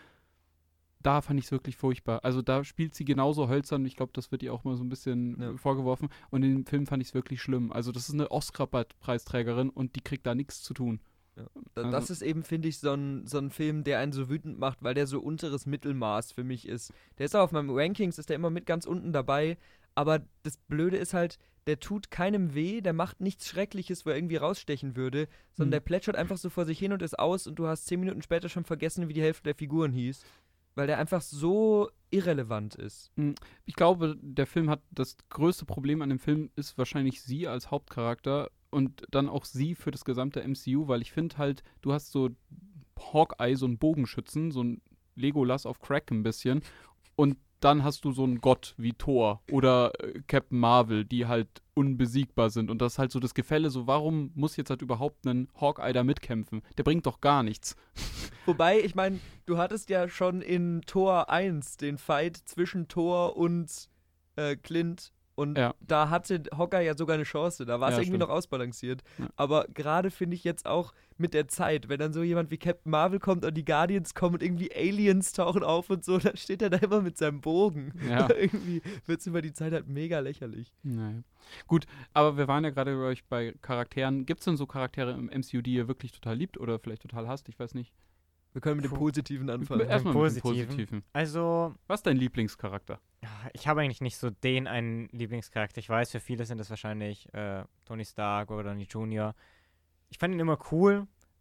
Da fand ich es wirklich furchtbar. Also da spielt sie genauso hölzern. Ich glaube, das wird ihr auch mal so ein bisschen Ja. äh, vorgeworfen. Und in dem Film fand ich es wirklich schlimm. Also das ist eine Oscar-Preisträgerin und die kriegt da nichts zu tun. Da, Also- das ist eben, finde ich, so ein, so ein Film, der einen so wütend macht, weil der so unteres Mittelmaß für mich ist. Der ist auch auf meinem Rankings, ist der immer mit ganz unten dabei, aber das Blöde ist halt, der tut keinem weh, der macht nichts Schreckliches, wo er irgendwie rausstechen würde, sondern Mhm. der plätschert einfach so vor sich hin und ist aus und du hast zehn Minuten später schon vergessen, wie die Hälfte der Figuren hieß, weil der einfach so irrelevant ist. Ich glaube, der Film hat das größte Problem an dem Film ist wahrscheinlich sie als Hauptcharakter und dann auch sie für das gesamte M C U, weil ich finde halt, du hast so Hawkeye, so einen Bogenschützen, so ein Legolas auf Crack ein bisschen und dann hast du so einen Gott wie Thor oder äh, Captain Marvel, die halt unbesiegbar sind und das ist halt so das Gefälle, so warum muss jetzt halt überhaupt ein Hawkeye da mitkämpfen? Der bringt doch gar nichts. Wobei, ich meine, du hattest ja schon in Tor eins den Fight zwischen Thor und äh, Clint und Ja. da hatte Hawkeye ja sogar eine Chance, da war es Ja, irgendwie stimmt. noch ausbalanciert. Ja. Aber gerade finde ich jetzt auch mit der Zeit, wenn dann so jemand wie Captain Marvel kommt und die Guardians kommen und irgendwie Aliens tauchen auf und so, dann steht er da immer mit seinem Bogen. Ja. irgendwie wird es über die Zeit halt mega lächerlich. Naja. Gut, aber wir waren ja gerade bei euch bei Charakteren. Gibt es denn so Charaktere im M C U, die ihr wirklich total liebt oder vielleicht total hasst? Ich weiß nicht. Wir können mit dem Puh. Positiven anfangen. Erstmal mit dem Positiven. Positiven. Also, Was ist dein Lieblingscharakter? ja, ich habe eigentlich nicht so den einen Lieblingscharakter. Ich weiß, für viele sind das wahrscheinlich äh, Tony Stark oder Downey Junior Ich fand ihn immer cool,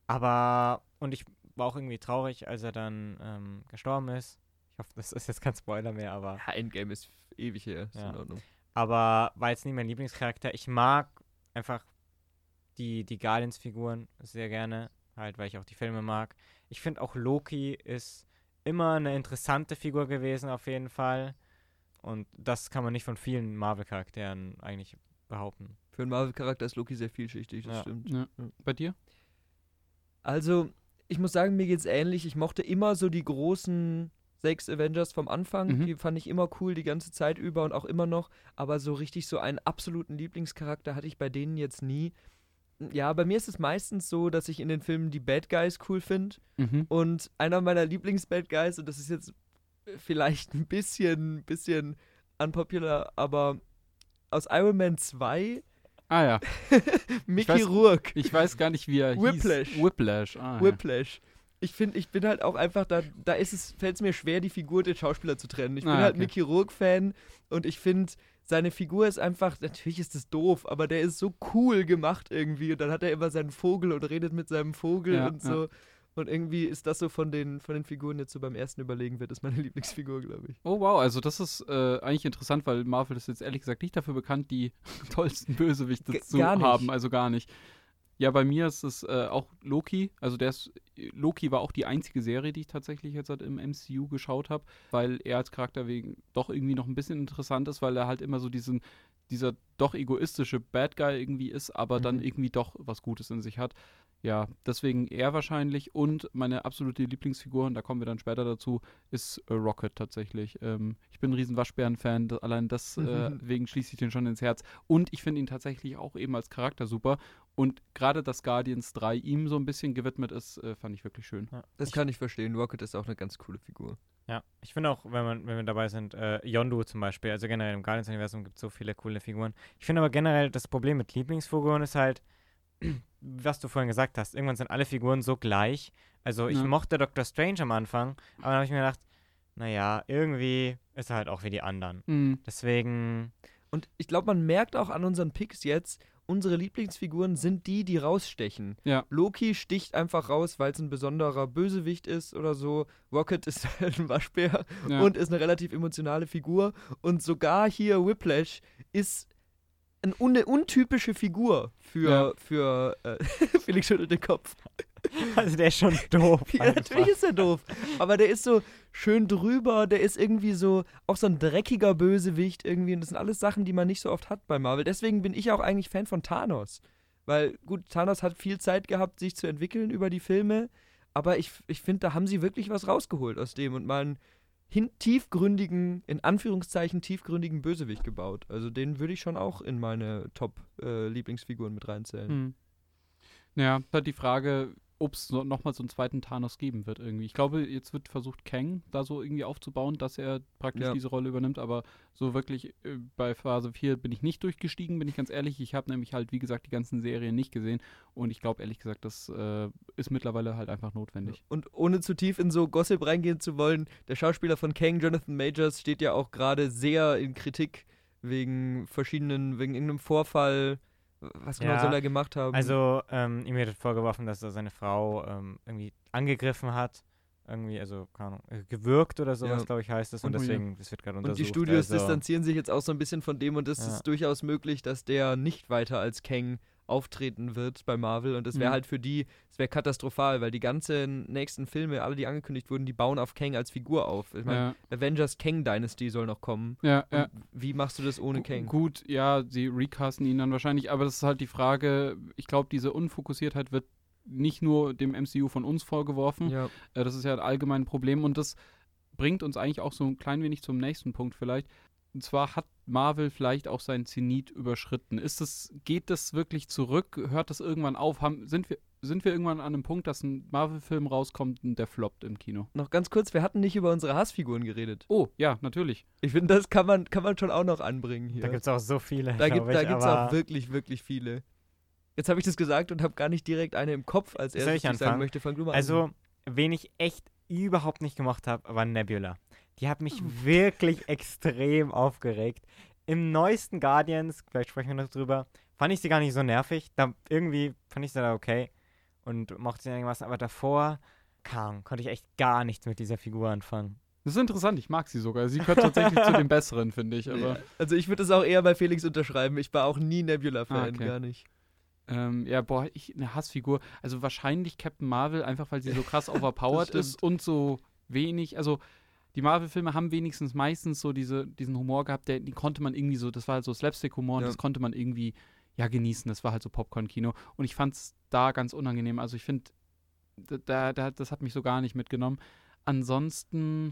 Aber, und ich war auch irgendwie traurig, als er dann ähm, gestorben ist. Ich hoffe, das ist jetzt kein Spoiler mehr, aber... Ja, Endgame ist ewig her, ist Ja. in Ordnung. Aber war jetzt nie mein Lieblingscharakter. Ich mag einfach die, die Guardians-Figuren sehr gerne, halt, weil ich auch die Filme mag. Ich finde auch Loki ist immer eine interessante Figur gewesen, auf jeden Fall. Und das kann man nicht von vielen Marvel-Charakteren eigentlich behaupten. Für einen Marvel-Charakter ist Loki sehr vielschichtig, das Ja. stimmt. Ja. Bei dir? Also, ich muss sagen, mir geht's ähnlich. Ich mochte immer so die großen sechs Avengers vom Anfang. Mhm. Die fand ich immer cool die ganze Zeit über und auch immer noch. Aber so richtig so einen absoluten Lieblingscharakter hatte ich bei denen jetzt nie. Ja, bei mir ist es meistens so, dass ich in den Filmen die Bad Guys cool finde. Mhm. Und einer meiner Lieblings-Bad Guys, und das ist jetzt vielleicht ein bisschen, bisschen unpopular, aber aus Iron Man zwei, Ah ja, Mickey weiß- Rourke. ich weiß gar nicht, wie er Whiplash. hieß. Whiplash. Ah, Whiplash. Ich finde, ich bin halt auch einfach, da, da ist es, fällt es mir schwer, die Figur der Schauspieler zu trennen. Ich bin Ah, halt okay. Mickey Rourke-Fan und ich finde, seine Figur ist einfach, natürlich ist das doof, aber der ist so cool gemacht irgendwie. Und dann hat er immer seinen Vogel und redet mit seinem Vogel Ja, und so. Und irgendwie ist das so von den, von den Figuren jetzt so beim ersten Überlegen wird, ist meine Lieblingsfigur, glaube ich. Oh wow, also das ist äh, eigentlich interessant, weil Marvel ist jetzt ehrlich gesagt nicht dafür bekannt, die tollsten Bösewichte G- zu gar nicht. haben, also gar nicht. Ja, bei mir ist es äh, auch Loki, also der ist, Loki war auch die einzige Serie, die ich tatsächlich jetzt halt im M C U geschaut habe, weil er als Charakter wegen doch irgendwie noch ein bisschen interessant ist, weil er halt immer so diesen, dieser doch egoistische Bad Guy irgendwie ist, aber dann Mhm. irgendwie doch was Gutes in sich hat. Ja, deswegen er wahrscheinlich und meine absolute Lieblingsfigur, und da kommen wir dann später dazu, ist äh, Rocket tatsächlich. Ähm, ich bin ein riesen Waschbären-Fan, da, allein deswegen schließe ich den schon ins Herz. Und ich finde ihn tatsächlich auch eben als Charakter super. Und gerade, dass Guardians drei ihm so ein bisschen gewidmet ist, äh, fand ich wirklich schön. Ja. Das ich, kann ich verstehen. Rocket ist auch eine ganz coole Figur. Ja, ich finde auch, wenn, man, wenn wir dabei sind, äh, Yondu zum Beispiel, also generell im Guardians-Universum gibt es so viele coole Figuren. Ich finde aber generell, das Problem mit Lieblingsfiguren ist halt, was du vorhin gesagt hast, irgendwann sind alle Figuren so gleich. Also ich Ja. mochte Doctor Strange am Anfang, aber dann habe ich mir gedacht, naja, irgendwie ist er halt auch wie die anderen. Mhm. Deswegen, Und ich glaube, man merkt auch an unseren Picks jetzt, unsere Lieblingsfiguren sind die, die rausstechen. Ja. Loki sticht einfach raus, weil es ein besonderer Bösewicht ist oder so. Rocket ist halt ein Waschbär Ja. und ist eine relativ emotionale Figur. Und sogar hier Whiplash ist eine un untypische Figur für, Ja. für äh, Felix schüttelt den Kopf. also der ist schon doof. Ja, einfach. natürlich ist er doof. Aber der ist so schön drüber, der ist irgendwie so, auch so ein dreckiger Bösewicht irgendwie. Und das sind alles Sachen, die man nicht so oft hat bei Marvel. Deswegen bin ich auch eigentlich Fan von Thanos. Weil, gut, Thanos hat viel Zeit gehabt, sich zu entwickeln über die Filme. Aber ich, ich finde, da haben sie wirklich was rausgeholt aus dem und mal einen hin tiefgründigen, in Anführungszeichen tiefgründigen Bösewicht gebaut. Also den würde ich schon auch in meine Top-Lieblingsfiguren mit reinzählen. Mhm. Ja, halt die Frage, ob es so, nochmal so einen zweiten Thanos geben wird irgendwie. Ich glaube, jetzt wird versucht, Kang da so irgendwie aufzubauen, dass er praktisch Ja. diese Rolle übernimmt, aber so wirklich äh, bei Phase vier bin ich nicht durchgestiegen, bin ich ganz ehrlich. Ich habe nämlich halt, wie gesagt, die ganzen Serien nicht gesehen und ich glaube, ehrlich gesagt, das äh, ist mittlerweile halt einfach notwendig. Und ohne zu tief in so Gossip reingehen zu wollen, der Schauspieler von Kang, Jonathan Majors, steht ja auch gerade sehr in Kritik wegen verschiedenen, wegen irgendeinem Vorfall. Was genau Ja, soll er gemacht haben? Also, ähm, ihm wird vorgeworfen, dass er seine Frau ähm, irgendwie angegriffen hat. Irgendwie, also, keine Ahnung, äh, gewürgt oder sowas, Ja. glaube ich, heißt es. Und Und- deswegen, das wird gerade und untersucht. die Studios also, distanzieren sich jetzt auch so ein bisschen von dem und es Ja. ist durchaus möglich, dass der nicht weiter als Kang auftreten wird bei Marvel und das wäre Mhm. halt für die, es wäre katastrophal, weil die ganzen nächsten Filme, alle die angekündigt wurden, die bauen auf Kang als Figur auf. Ich meine, Ja, Avengers Kang Dynasty soll noch kommen. ja, Und ja. wie machst du das ohne Gu- Kang? Gut, ja, sie recasten ihn dann wahrscheinlich, aber das ist halt die Frage, ich glaube, diese Unfokussiertheit wird nicht nur dem M C U von uns vorgeworfen, Ja. äh, das ist ja ein allgemeines Problem und das bringt uns eigentlich auch so ein klein wenig zum nächsten Punkt vielleicht. Und zwar hat Marvel vielleicht auch seinen Zenit überschritten. Ist es, geht das wirklich zurück? Hört das irgendwann auf? Haben, sind, wir, sind wir irgendwann an einem Punkt, dass ein Marvel-Film rauskommt und der floppt im Kino? Noch ganz kurz, wir hatten nicht über unsere Hassfiguren geredet. Oh, ja, natürlich. Ich finde, das kann man, kann man schon auch noch anbringen hier. Da gibt es auch so viele. Da gibt glaub ich, es aber auch wirklich, wirklich viele. Jetzt habe ich das gesagt und habe gar nicht direkt eine im Kopf, als Soll erstes, ich die sagen anfangen? möchte. Fang du mal an. Also, wen ich echt überhaupt nicht gemacht habe, war Nebula. Die hat mich wirklich extrem aufgeregt. Im neuesten Guardians, vielleicht sprechen wir noch drüber, fand ich sie gar nicht so nervig. Da irgendwie fand ich sie da okay. und mochte irgendwas, aber davor, kaum, konnte ich echt gar nichts mit dieser Figur anfangen. Das ist interessant, ich mag sie sogar. Sie gehört tatsächlich zu den Besseren, finde ich. Aber Also ich würde es auch eher bei Felix unterschreiben. Ich war auch nie Nebula-Fan, Ah, okay. gar nicht. Ähm, ja, boah, ich, eine Hassfigur. Also wahrscheinlich Captain Marvel, einfach weil sie so krass overpowered stimmt. ist und so wenig, also die Marvel-Filme haben wenigstens meistens so diese, diesen Humor gehabt, der, die konnte man irgendwie so, das war halt so Slapstick-Humor und Ja. das konnte man irgendwie, ja, genießen. Das war halt so Popcorn-Kino. Und ich fand es da ganz unangenehm. Also ich finde, da, da, das hat mich so gar nicht mitgenommen. Ansonsten,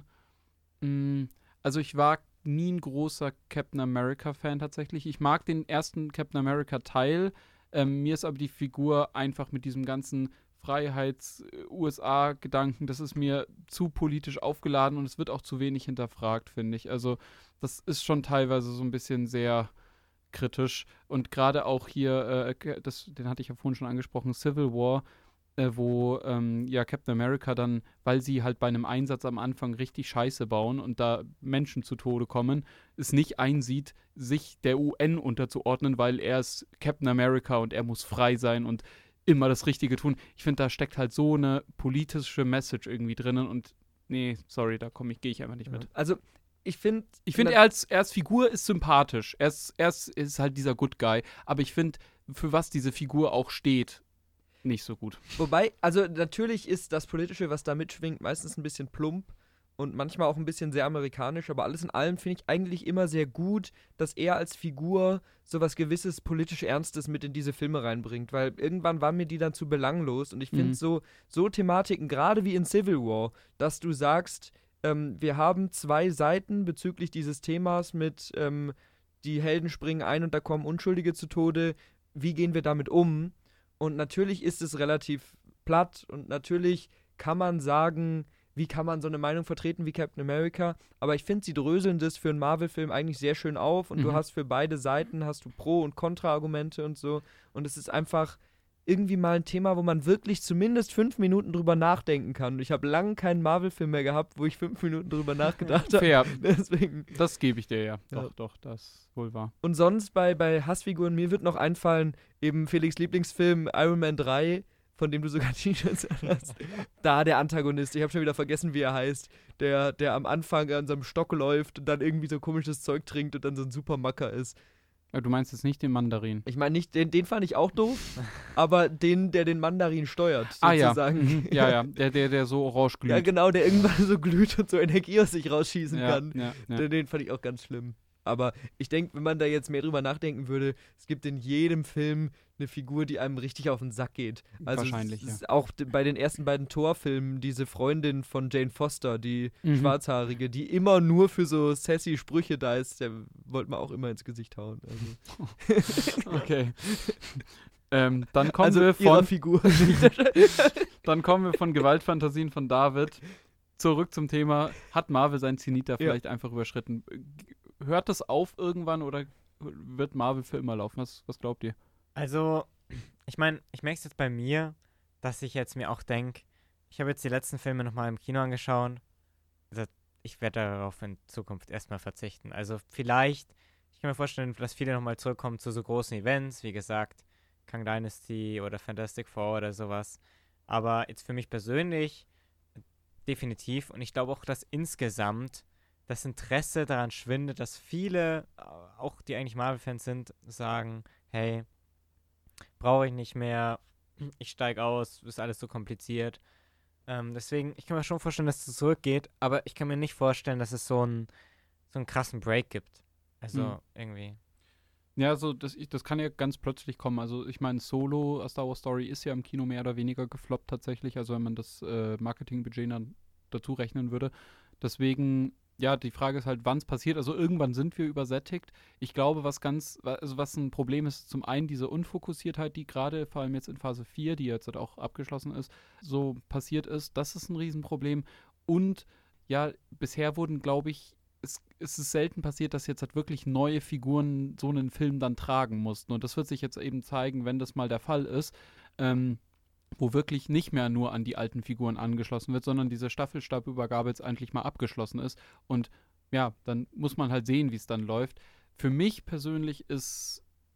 mh, also ich war nie ein großer Captain America-Fan tatsächlich. Ich mag den ersten Captain America-Teil. Ähm, mir ist aber die Figur einfach mit diesem ganzen Freiheits-U S A-Gedanken, das ist mir zu politisch aufgeladen und es wird auch zu wenig hinterfragt, finde ich. Also das ist schon teilweise so ein bisschen sehr kritisch. Und gerade auch hier, äh, das, den hatte ich ja vorhin schon angesprochen, Civil War, äh, wo ähm, ja Captain America dann, weil sie halt bei einem Einsatz am Anfang richtig Scheiße bauen und da Menschen zu Tode kommen, es nicht einsieht, sich der U N unterzuordnen, weil er ist Captain America und er muss frei sein und immer das Richtige tun. Ich finde, da steckt halt so eine politische Message irgendwie drinnen und nee, sorry, da komme ich, gehe ich einfach nicht mit. Also ich finde... Ich finde, er als, er als Figur ist sympathisch. Er ist, er ist, ist halt dieser Good Guy. Aber ich finde, für was diese Figur auch steht, nicht so gut. Wobei, also natürlich ist das Politische, was da mitschwingt, meistens ein bisschen plump und manchmal auch ein bisschen sehr amerikanisch, aber alles in allem finde ich eigentlich immer sehr gut, dass er als Figur sowas gewisses politisch Ernstes mit in diese Filme reinbringt, weil irgendwann waren mir die dann zu belanglos und ich finde Mhm. so, so Thematiken, gerade wie in Civil War, dass du sagst, ähm, wir haben zwei Seiten bezüglich dieses Themas mit ähm, die Helden springen ein und da kommen Unschuldige zu Tode, wie gehen wir damit um? Und natürlich ist es relativ platt und natürlich kann man sagen, wie kann man so eine Meinung vertreten wie Captain America, aber ich finde, sie dröseln das für einen Marvel-Film eigentlich sehr schön auf und Mhm. du hast für beide Seiten, hast du Pro- und Kontra-Argumente und so und es ist einfach irgendwie mal ein Thema, wo man wirklich zumindest fünf Minuten drüber nachdenken kann. Und ich habe lange keinen Marvel-Film mehr gehabt, wo ich fünf Minuten drüber nachgedacht habe. Fair, Deswegen. das gebe ich dir ja. Ja. Doch, doch, das wohl wahr. Und sonst bei, bei Hassfiguren, mir wird noch einfallen, eben Felix Lieblingsfilm Iron Man drei, von dem du sogar T-Shirts hast. Da der Antagonist, ich habe schon wieder vergessen, wie er heißt, der, der am Anfang an seinem Stock läuft und dann irgendwie so komisches Zeug trinkt und dann so ein Supermacker ist. Ja, du meinst jetzt nicht den Mandarin. Ich meine, nicht den, den fand ich auch doof, aber den, der den Mandarin steuert, Ah ja, sozusagen. mhm. ja, ja, der, der, der so orange glüht. Ja, genau, der irgendwann so glüht und so Energie aus sich rausschießen ja, kann. ja, ja. Den, den fand ich auch ganz schlimm. Aber ich denke, wenn man da jetzt mehr drüber nachdenken würde, es gibt in jedem Film eine Figur, die einem richtig auf den Sack geht. Also Wahrscheinlich, es ja. ist auch d- bei den ersten beiden Thor-Filmen diese Freundin von Jane Foster, die Mhm. Schwarzhaarige, die immer nur für so sassy Sprüche da ist, der wollte man auch immer ins Gesicht hauen. Also, Okay. ähm, dann kommen also wir ihrer von Figur. dann kommen wir von Gewaltfantasien von David zurück zum Thema, hat Marvel sein Zenit da vielleicht einfach überschritten? Hört das auf irgendwann oder wird Marvel für immer laufen? Was, was glaubt ihr? Also, ich meine, ich merke es jetzt bei mir, dass ich jetzt mir auch denke, ich habe jetzt die letzten Filme nochmal im Kino angeschaut. Also, ich werde darauf in Zukunft erstmal verzichten. Also vielleicht, ich kann mir vorstellen, dass viele nochmal zurückkommen zu so großen Events, wie gesagt, Kang Dynasty oder Fantastic Four oder sowas. Aber jetzt für mich persönlich definitiv. Und ich glaube auch, dass insgesamt das Interesse daran schwindet, dass viele, auch die eigentlich Marvel-Fans sind, sagen, hey, brauche ich nicht mehr, ich steige aus, ist alles so kompliziert. Ähm, deswegen, ich kann mir schon vorstellen, dass es zurückgeht, aber ich kann mir nicht vorstellen, dass es so einen, so einen krassen Break gibt. Also Mhm. irgendwie. Ja, so das, ich, das kann ja ganz plötzlich kommen. Also ich meine, Solo, A Star Wars Story ist ja im Kino mehr oder weniger gefloppt tatsächlich, also wenn man das äh, Marketingbudget dann dazu rechnen würde. Deswegen, ja, die Frage ist halt, wann es passiert. Also irgendwann sind wir übersättigt. Ich glaube, was ganz, also was ein Problem ist, zum einen diese Unfokussiertheit, die gerade vor allem jetzt in Phase vier, die jetzt halt auch abgeschlossen ist, so passiert ist. Das ist ein Riesenproblem. Und ja, bisher wurden, glaube ich, es, es ist selten passiert, dass jetzt halt wirklich neue Figuren so einen Film dann tragen mussten. Und das wird sich jetzt eben zeigen, wenn das mal der Fall ist, ähm, wo wirklich nicht mehr nur an die alten Figuren angeschlossen wird, sondern diese Staffelstabübergabe jetzt eigentlich mal abgeschlossen ist. Und ja, dann muss man halt sehen, wie es dann läuft. Für mich persönlich ist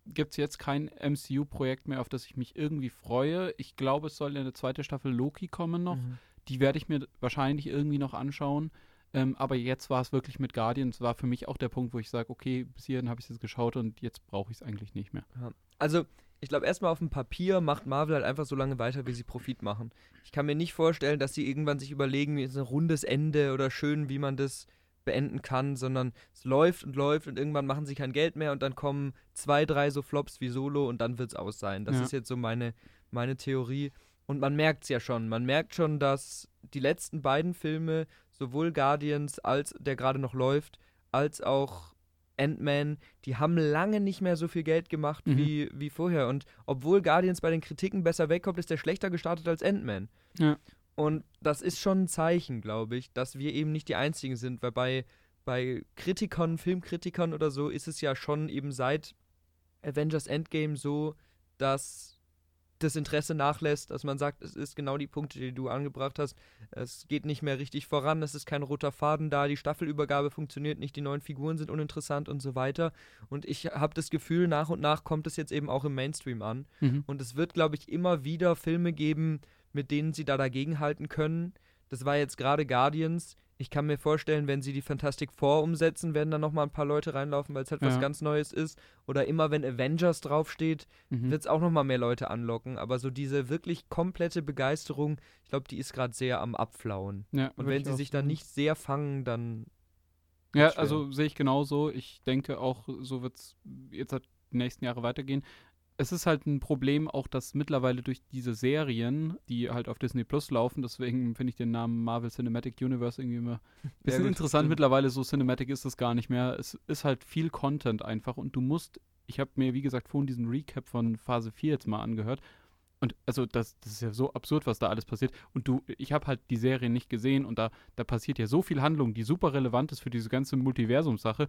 gibt es jetzt kein M C U-Projekt mehr, auf das ich mich irgendwie freue. Ich glaube, es soll eine zweite Staffel Loki kommen noch. Mhm. Die werde ich mir wahrscheinlich irgendwie noch anschauen. Ähm, aber jetzt war es wirklich mit Guardians, war für mich auch der Punkt, wo ich sage, okay, bis hierhin habe ich es jetzt geschaut und jetzt brauche ich es eigentlich nicht mehr. Ja. Also, ich glaube, erstmal auf dem Papier macht Marvel halt einfach so lange weiter, wie sie Profit machen. Ich kann mir nicht vorstellen, dass sie irgendwann sich überlegen, jetzt ein rundes Ende oder schön, wie man das beenden kann, sondern es läuft und läuft und irgendwann machen sie kein Geld mehr und dann kommen zwei, drei so Flops wie Solo und dann wird es aus sein. Das Ja. ist jetzt so meine, meine Theorie. Und man merkt es ja schon. Man merkt schon, dass die letzten beiden Filme, sowohl Guardians, als der gerade noch läuft, als auch Ant-Man, die haben lange nicht mehr so viel Geld gemacht Mhm. wie, wie vorher. Und obwohl Guardians bei den Kritiken besser wegkommt, ist der schlechter gestartet als Ant-Man. Ja. Und das ist schon ein Zeichen, glaube ich, dass wir eben nicht die Einzigen sind, weil bei, bei Kritikern, Filmkritikern oder so ist es ja schon eben seit Avengers Endgame so, dass das Interesse nachlässt, dass man sagt, es ist genau die Punkte, die du angebracht hast. Es geht nicht mehr richtig voran, es ist kein roter Faden da, die Staffelübergabe funktioniert nicht, die neuen Figuren sind uninteressant und so weiter. Und ich habe das Gefühl, nach und nach kommt es jetzt eben auch im Mainstream an. Mhm. Und es wird, glaube ich, immer wieder Filme geben, mit denen sie da dagegenhalten können. Das war jetzt gerade Guardians. Ich kann mir vorstellen, wenn sie die Fantastic Four umsetzen, werden da nochmal ein paar Leute reinlaufen, weil es halt Ja. was ganz Neues ist. Oder immer, wenn Avengers draufsteht, Mhm. wird es auch nochmal mehr Leute anlocken. Aber so diese wirklich komplette Begeisterung, ich glaube, die ist gerade sehr am Abflauen. Ja, Und würd wenn ich sie auch sich dann sagen. nicht sehr fangen, dann Ja, schwer. also sehe ich genauso. Ich denke auch, so wird es jetzt halt die nächsten Jahre weitergehen. Es ist halt ein Problem auch, dass mittlerweile durch diese Serien, die halt auf Disney Plus laufen, deswegen finde ich den Namen Marvel Cinematic Universe irgendwie immer ein bisschen gut, interessant. stimmt. Mittlerweile so Cinematic ist es gar nicht mehr. Es ist halt viel Content einfach und du musst, ich habe mir wie gesagt vorhin diesen Recap von Phase vier jetzt mal angehört und also das, das ist ja so absurd, was da alles passiert und du, ich habe halt die Serie nicht gesehen und da, da passiert ja so viel Handlung, die super relevant ist für diese ganze Multiversum-Sache.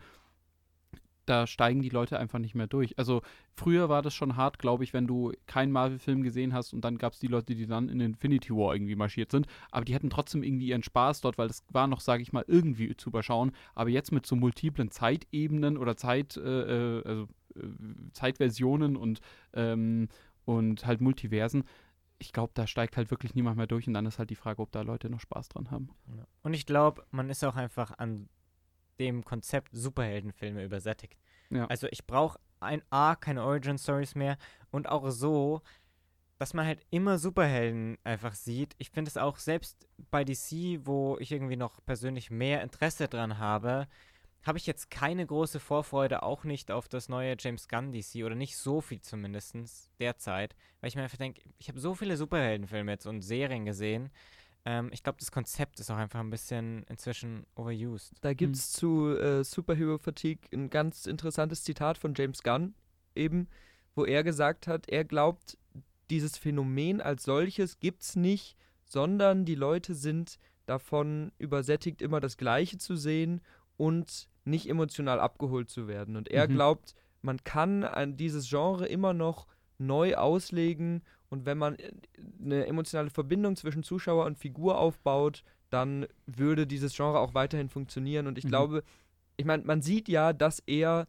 Da steigen die Leute einfach nicht mehr durch. Also früher war das schon hart, glaube ich, wenn du keinen Marvel-Film gesehen hast und dann gab es die Leute, die dann in Infinity War irgendwie marschiert sind, aber die hatten trotzdem irgendwie ihren Spaß dort, weil das war noch, sage ich mal, irgendwie zu überschauen. Aber jetzt mit so multiplen Zeitebenen oder Zeit, äh, äh, also äh, Zeitversionen und, ähm, und halt Multiversen, ich glaube, da steigt halt wirklich niemand mehr durch und dann ist halt die Frage, ob da Leute noch Spaß dran haben. Ja. Und ich glaube, man ist auch einfach an dem Konzept Superheldenfilme übersättigt. Ja. Also ich brauche ein A, keine Origin-Stories mehr und auch so, dass man halt immer Superhelden einfach sieht. Ich finde es auch selbst bei D C, wo ich irgendwie noch persönlich mehr Interesse dran habe, habe ich jetzt keine große Vorfreude, auch nicht auf das neue James Gunn D C oder nicht so viel zumindest derzeit, weil ich mir einfach denke, ich habe so viele Superheldenfilme jetzt und Serien gesehen. Ähm, ich glaube, das Konzept ist auch einfach ein bisschen inzwischen overused. Da gibt es zu äh, Superhero Fatigue ein ganz interessantes Zitat von James Gunn eben, wo er gesagt hat, er glaubt, dieses Phänomen als solches gibt es nicht, sondern die Leute sind davon übersättigt, immer das Gleiche zu sehen und nicht emotional abgeholt zu werden. Und er Mhm. glaubt, man kann an dieses Genre immer noch neu auslegen und wenn man eine emotionale Verbindung zwischen Zuschauer und Figur aufbaut, dann würde dieses Genre auch weiterhin funktionieren. Und ich Mhm. glaube, ich meine, man sieht ja, dass er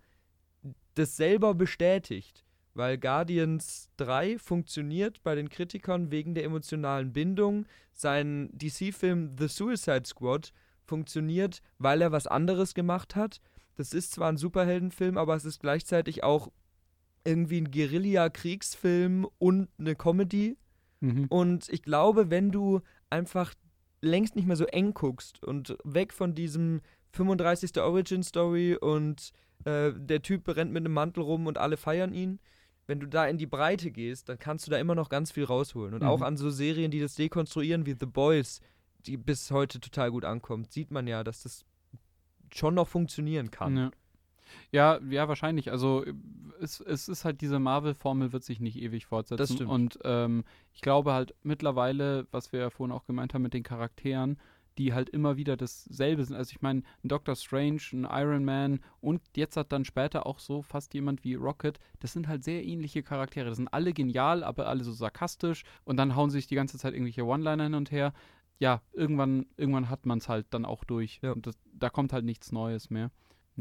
das selber bestätigt, weil Guardians drei funktioniert bei den Kritikern wegen der emotionalen Bindung. Sein D C-Film The Suicide Squad funktioniert, weil er was anderes gemacht hat. Das ist zwar ein Superheldenfilm, aber es ist gleichzeitig auch irgendwie ein Guerilla-Kriegsfilm und eine Comedy. Mhm. Und ich glaube, wenn du einfach längst nicht mehr so eng guckst und weg von diesem fünfunddreißigste Origin-Story und äh, der Typ rennt mit einem Mantel rum und alle feiern ihn, wenn du da in die Breite gehst, dann kannst du da immer noch ganz viel rausholen. Und Mhm. auch an so Serien, die das dekonstruieren, wie The Boys, die bis heute total gut ankommt, sieht man ja, dass das schon noch funktionieren kann. Ja. Ja, ja, wahrscheinlich. Also es, es ist halt, diese Marvel-Formel wird sich nicht ewig fortsetzen. Das stimmt. Und ähm, ich glaube halt mittlerweile, was wir ja vorhin auch gemeint haben mit den Charakteren, die halt immer wieder dasselbe sind. Also ich meine, ein Doctor Strange, ein Iron Man und jetzt hat dann später auch so fast jemand wie Rocket, das sind halt sehr ähnliche Charaktere. Das sind alle genial, aber alle so sarkastisch und dann hauen sie sich die ganze Zeit irgendwelche One-Liner hin und her. Ja, irgendwann, irgendwann hat man es halt dann auch durch. Ja. Und das, da kommt halt nichts Neues mehr. Naja.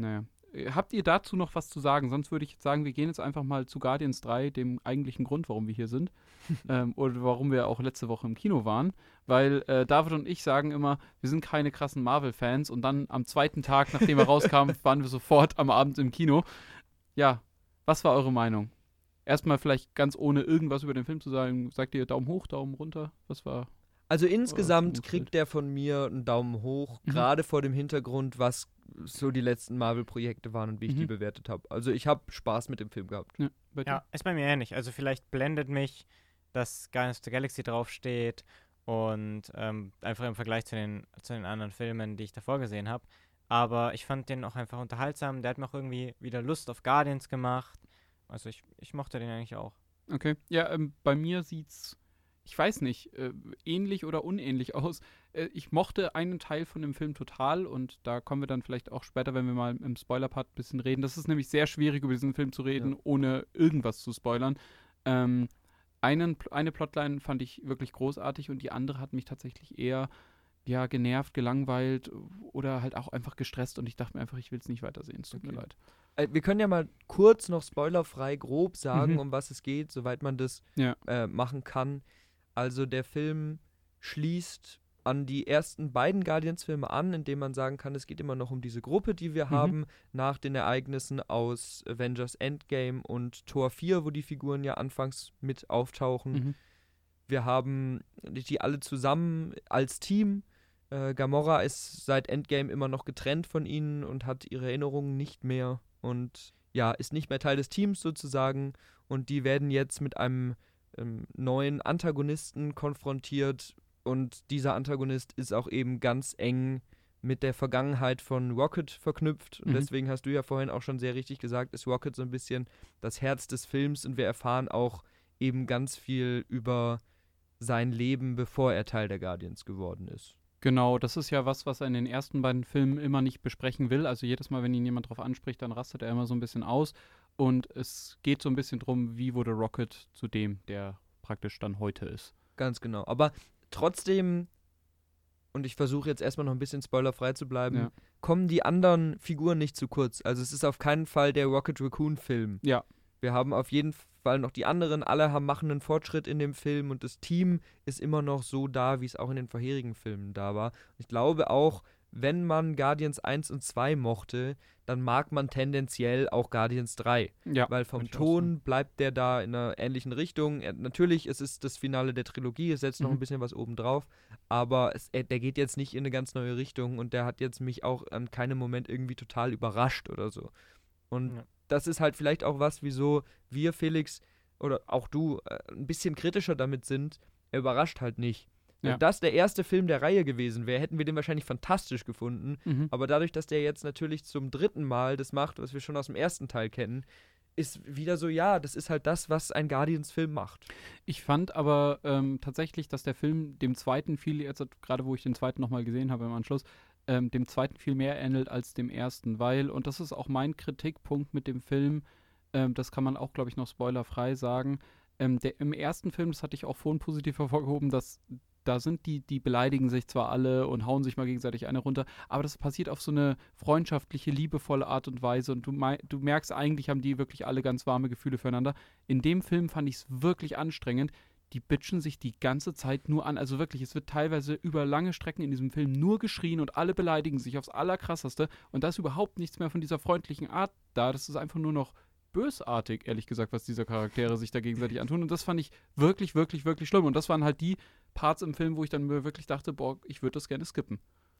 habt ihr dazu noch was zu sagen? Sonst würde ich jetzt sagen, wir gehen jetzt einfach mal zu Guardians drei, dem eigentlichen Grund, warum wir hier sind. ähm, oder warum wir auch letzte Woche im Kino waren. Weil äh, David und ich sagen immer, wir sind keine krassen Marvel-Fans. Und dann am zweiten Tag, nachdem er rauskam, waren wir sofort am Abend im Kino. Ja, was war eure Meinung? Erstmal vielleicht ganz ohne irgendwas über den Film zu sagen, sagt ihr Daumen hoch, Daumen runter? Was war? Also insgesamt kriegt der von mir einen Daumen hoch, Mhm. gerade vor dem Hintergrund, was so die letzten Marvel-Projekte waren und wie ich Mhm. die bewertet habe. Also ich habe Spaß mit dem Film gehabt. Ja, bei dir? Ja, ist bei mir ähnlich. Also vielleicht blendet mich, dass Guardians of the Galaxy draufsteht und ähm, einfach im Vergleich zu den, zu den anderen Filmen, die ich davor gesehen habe. Aber ich fand den auch einfach unterhaltsam. Der hat mir auch irgendwie wieder Lust auf Guardians gemacht. Also ich, ich mochte den eigentlich auch. Okay. Ja, ähm, bei mir sieht's, ich weiß nicht, äh, ähnlich oder unähnlich aus. Äh, ich mochte einen Teil von dem Film total und da kommen wir dann vielleicht auch später, wenn wir mal im Spoiler-Part ein bisschen reden. Das ist nämlich sehr schwierig, über diesen Film zu reden, Ja. ohne irgendwas zu spoilern. Ähm, einen, eine Plotline fand ich wirklich großartig und die andere hat mich tatsächlich eher ja, genervt, gelangweilt oder halt auch einfach gestresst und ich dachte mir einfach, ich will es nicht weitersehen. Es tut mir Okay. leid. Äh, wir können ja mal kurz noch spoilerfrei grob sagen, Mhm. um was es geht, soweit man das Ja. äh, machen kann. Also der Film schließt an die ersten beiden Guardians-Filme an, indem man sagen kann, es geht immer noch um diese Gruppe, die wir Mhm. haben, nach den Ereignissen aus Avengers Endgame und Tor vier, wo die Figuren ja anfangs mit auftauchen. Mhm. Wir haben die, die alle zusammen als Team. Äh, Gamora ist seit Endgame immer noch getrennt von ihnen und hat ihre Erinnerungen nicht mehr und ja, ist nicht mehr Teil des Teams sozusagen. Und die werden jetzt mit einem ähm, neuen Antagonisten konfrontiert. Und dieser Antagonist ist auch eben ganz eng mit der Vergangenheit von Rocket verknüpft. Und Mhm. deswegen hast du ja vorhin auch schon sehr richtig gesagt, ist Rocket so ein bisschen das Herz des Films. Und wir erfahren auch eben ganz viel über sein Leben, bevor er Teil der Guardians geworden ist. Genau, das ist ja was, was er in den ersten beiden Filmen immer nicht besprechen will. Also jedes Mal, wenn ihn jemand drauf anspricht, dann rastet er immer so ein bisschen aus. Und es geht so ein bisschen drum, wie wurde Rocket zu dem, der praktisch dann heute ist. Ganz genau. Aber trotzdem, und ich versuche jetzt erstmal noch ein bisschen spoilerfrei zu bleiben, Ja. kommen die anderen Figuren nicht zu kurz. Also es ist auf keinen Fall der Rocket Raccoon-Film. Ja. Wir haben auf jeden Fall noch die anderen, alle haben machen einen Fortschritt in dem Film und das Team ist immer noch so da, wie es auch in den vorherigen Filmen da war. Ich glaube auch, wenn man Guardians eins und zwei mochte, dann mag man tendenziell auch Guardians drei. Ja. Weil vom würd ich auch Ton bleibt der da in einer ähnlichen Richtung. Er, natürlich, es ist das Finale der Trilogie, es setzt noch Mhm. ein bisschen was oben drauf, aber es, er, der geht jetzt nicht in eine ganz neue Richtung und der hat jetzt mich auch an keinem Moment irgendwie total überrascht oder so. Und Ja. das ist halt vielleicht auch was, wieso wir, Felix, oder auch du, äh, ein bisschen kritischer damit sind. Er überrascht halt nicht. Ja. Wenn das der erste Film der Reihe gewesen wäre, hätten wir den wahrscheinlich fantastisch gefunden. Mhm. Aber dadurch, dass der jetzt natürlich zum dritten Mal das macht, was wir schon aus dem ersten Teil kennen, ist wieder so, ja, das ist halt das, was ein Guardians-Film macht. Ich fand aber ähm, tatsächlich, dass der Film dem zweiten viel, jetzt gerade wo ich den zweiten nochmal gesehen habe im Anschluss, ähm, dem zweiten viel mehr ähnelt als dem ersten, weil, und das ist auch mein Kritikpunkt mit dem Film, ähm, das kann man auch, glaube ich, noch spoilerfrei sagen, ähm, der, im ersten Film, das hatte ich auch vorhin positiv hervorgehoben, dass da sind die, die beleidigen sich zwar alle und hauen sich mal gegenseitig eine runter, aber das passiert auf so eine freundschaftliche, liebevolle Art und Weise und du, mei- du merkst, eigentlich haben die wirklich alle ganz warme Gefühle füreinander. In dem Film fand ich es wirklich anstrengend. Die bitchen sich die ganze Zeit nur an. Also wirklich, es wird teilweise über lange Strecken in diesem Film nur geschrien und alle beleidigen sich aufs Allerkrasseste und da ist überhaupt nichts mehr von dieser freundlichen Art da. Das ist einfach nur noch bösartig, ehrlich gesagt, was diese Charaktere sich da gegenseitig antun. Und das fand ich wirklich, wirklich, wirklich schlimm. Und das waren halt die Parts im Film, wo ich dann mir wirklich dachte, boah, ich würde das gerne skippen.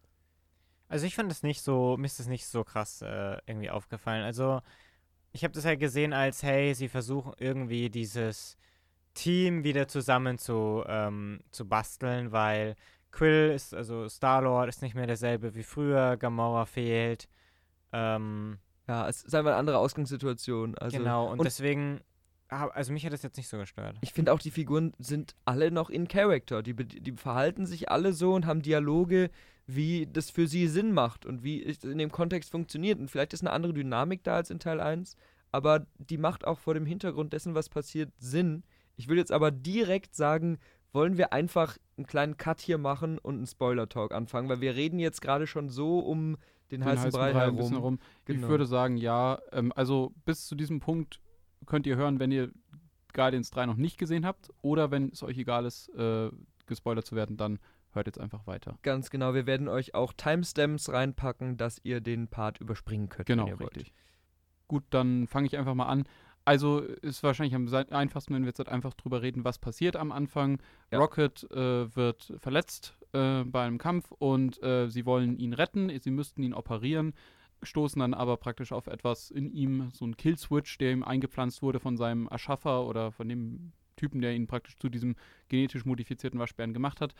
Also ich fand es nicht so, mir ist es nicht so krass äh, irgendwie aufgefallen. Also ich habe das halt gesehen als, hey, sie versuchen irgendwie dieses Team wieder zusammen zu, ähm, zu basteln, weil Quill ist, also Star-Lord ist nicht mehr derselbe wie früher, Gamora fehlt. Ähm, Ja, es ist einfach eine andere Ausgangssituation. Also, genau, und, und deswegen, hab- also mich hat das jetzt nicht so gestört. ich finde auch, die Figuren sind alle noch in Character. Die, be- die verhalten sich alle so und haben Dialoge, wie das für sie Sinn macht und wie es in dem Kontext funktioniert. Und vielleicht ist eine andere Dynamik da als in Teil eins, aber die macht auch vor dem Hintergrund dessen, was passiert, Sinn. Ich will jetzt aber direkt sagen, wollen wir einfach einen kleinen Cut hier machen und einen Spoiler-Talk anfangen, weil wir reden jetzt gerade schon so um den, den heißen heißen Brei Brei ein bisschen herum. herum. Genau. Ich würde sagen, ja. Ähm, also bis zu diesem Punkt könnt ihr hören, wenn ihr Guardians drei noch nicht gesehen habt oder wenn es euch egal ist, äh, gespoilert zu werden, dann hört jetzt einfach weiter. Ganz genau, wir werden euch auch Timestamps reinpacken, dass ihr den Part überspringen könnt, Genau, wenn ihr wollt. richtig. Gut, dann fange ich einfach mal an. Also ist wahrscheinlich am se- einfachsten, wenn wir jetzt einfach drüber reden, was passiert am Anfang. Ja. Rocket äh, wird verletzt äh, bei einem Kampf und äh, sie wollen ihn retten, sie müssten ihn operieren, stoßen dann aber praktisch auf etwas in ihm, so ein Killswitch, der ihm eingepflanzt wurde von seinem Erschaffer oder von dem Typen, der ihn praktisch zu diesem genetisch modifizierten Waschbären gemacht hat.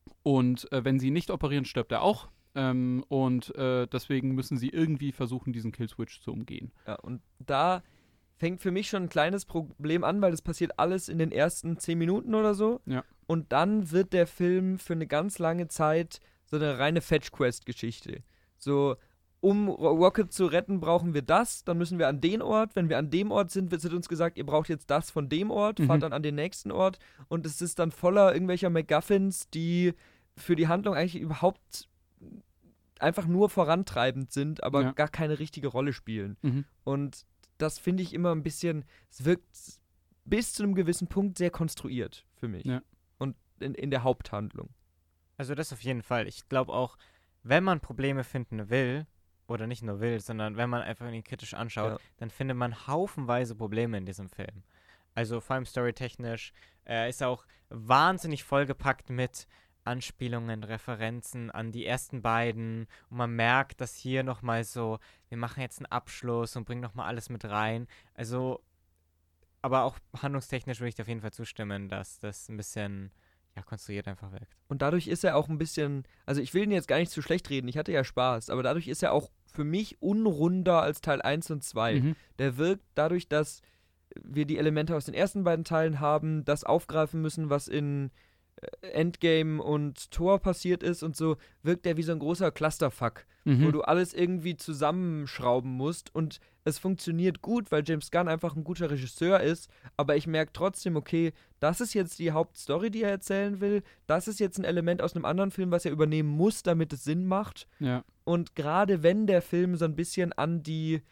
Und äh, wenn sie ihn nicht operieren, stirbt er auch. Ähm, und äh, deswegen müssen sie irgendwie versuchen, diesen Killswitch zu umgehen. Ja, und da fängt für mich schon ein kleines Problem an, weil das passiert alles in den ersten zehn Minuten oder so. Ja. Und dann wird der Film für eine ganz lange Zeit so eine reine Fetch-Quest-Geschichte. So, um Rocket zu retten, brauchen wir das, dann müssen wir an den Ort. Wenn wir an dem Ort sind, wird uns gesagt, ihr braucht jetzt das von dem Ort, Mhm. fahrt dann an den nächsten Ort. Und es ist dann voller irgendwelcher MacGuffins, die für die Handlung eigentlich überhaupt einfach nur vorantreibend sind, aber Ja. gar keine richtige Rolle spielen. Mhm. Und das finde ich immer ein bisschen, es wirkt bis zu einem gewissen Punkt sehr konstruiert für mich. Ja. Und in, in der Haupthandlung. Also das auf jeden Fall. Ich glaube auch, wenn man Probleme finden will, oder nicht nur will, sondern wenn man einfach ihn kritisch anschaut, Ja. dann findet man haufenweise Probleme in diesem Film. Also vor allem storytechnisch. Er ist auch wahnsinnig vollgepackt mit Anspielungen, Referenzen an die ersten beiden. Und man merkt, dass hier nochmal so, wir machen jetzt einen Abschluss und bringen nochmal alles mit rein. Also, aber auch handlungstechnisch würde ich dir auf jeden Fall zustimmen, dass das ein bisschen, ja, konstruiert einfach wirkt. Und dadurch ist er auch ein bisschen, also ich will ihn jetzt gar nicht zu schlecht reden, ich hatte ja Spaß, aber dadurch ist er auch für mich unrunder als Teil eins und zwei. Mhm. Der wirkt dadurch, dass wir die Elemente aus den ersten beiden Teilen haben, das aufgreifen müssen, was in äh, Endgame und Thor passiert ist und so, wirkt er wie so ein großer Clusterfuck, Mhm. wo du alles irgendwie zusammenschrauben musst und es funktioniert gut, weil James Gunn einfach ein guter Regisseur ist, aber ich merke trotzdem, okay, das ist jetzt die Hauptstory, die er erzählen will, das ist jetzt ein Element aus einem anderen Film, was er übernehmen muss, damit es Sinn macht. Ja. Und gerade wenn der Film so ein bisschen an die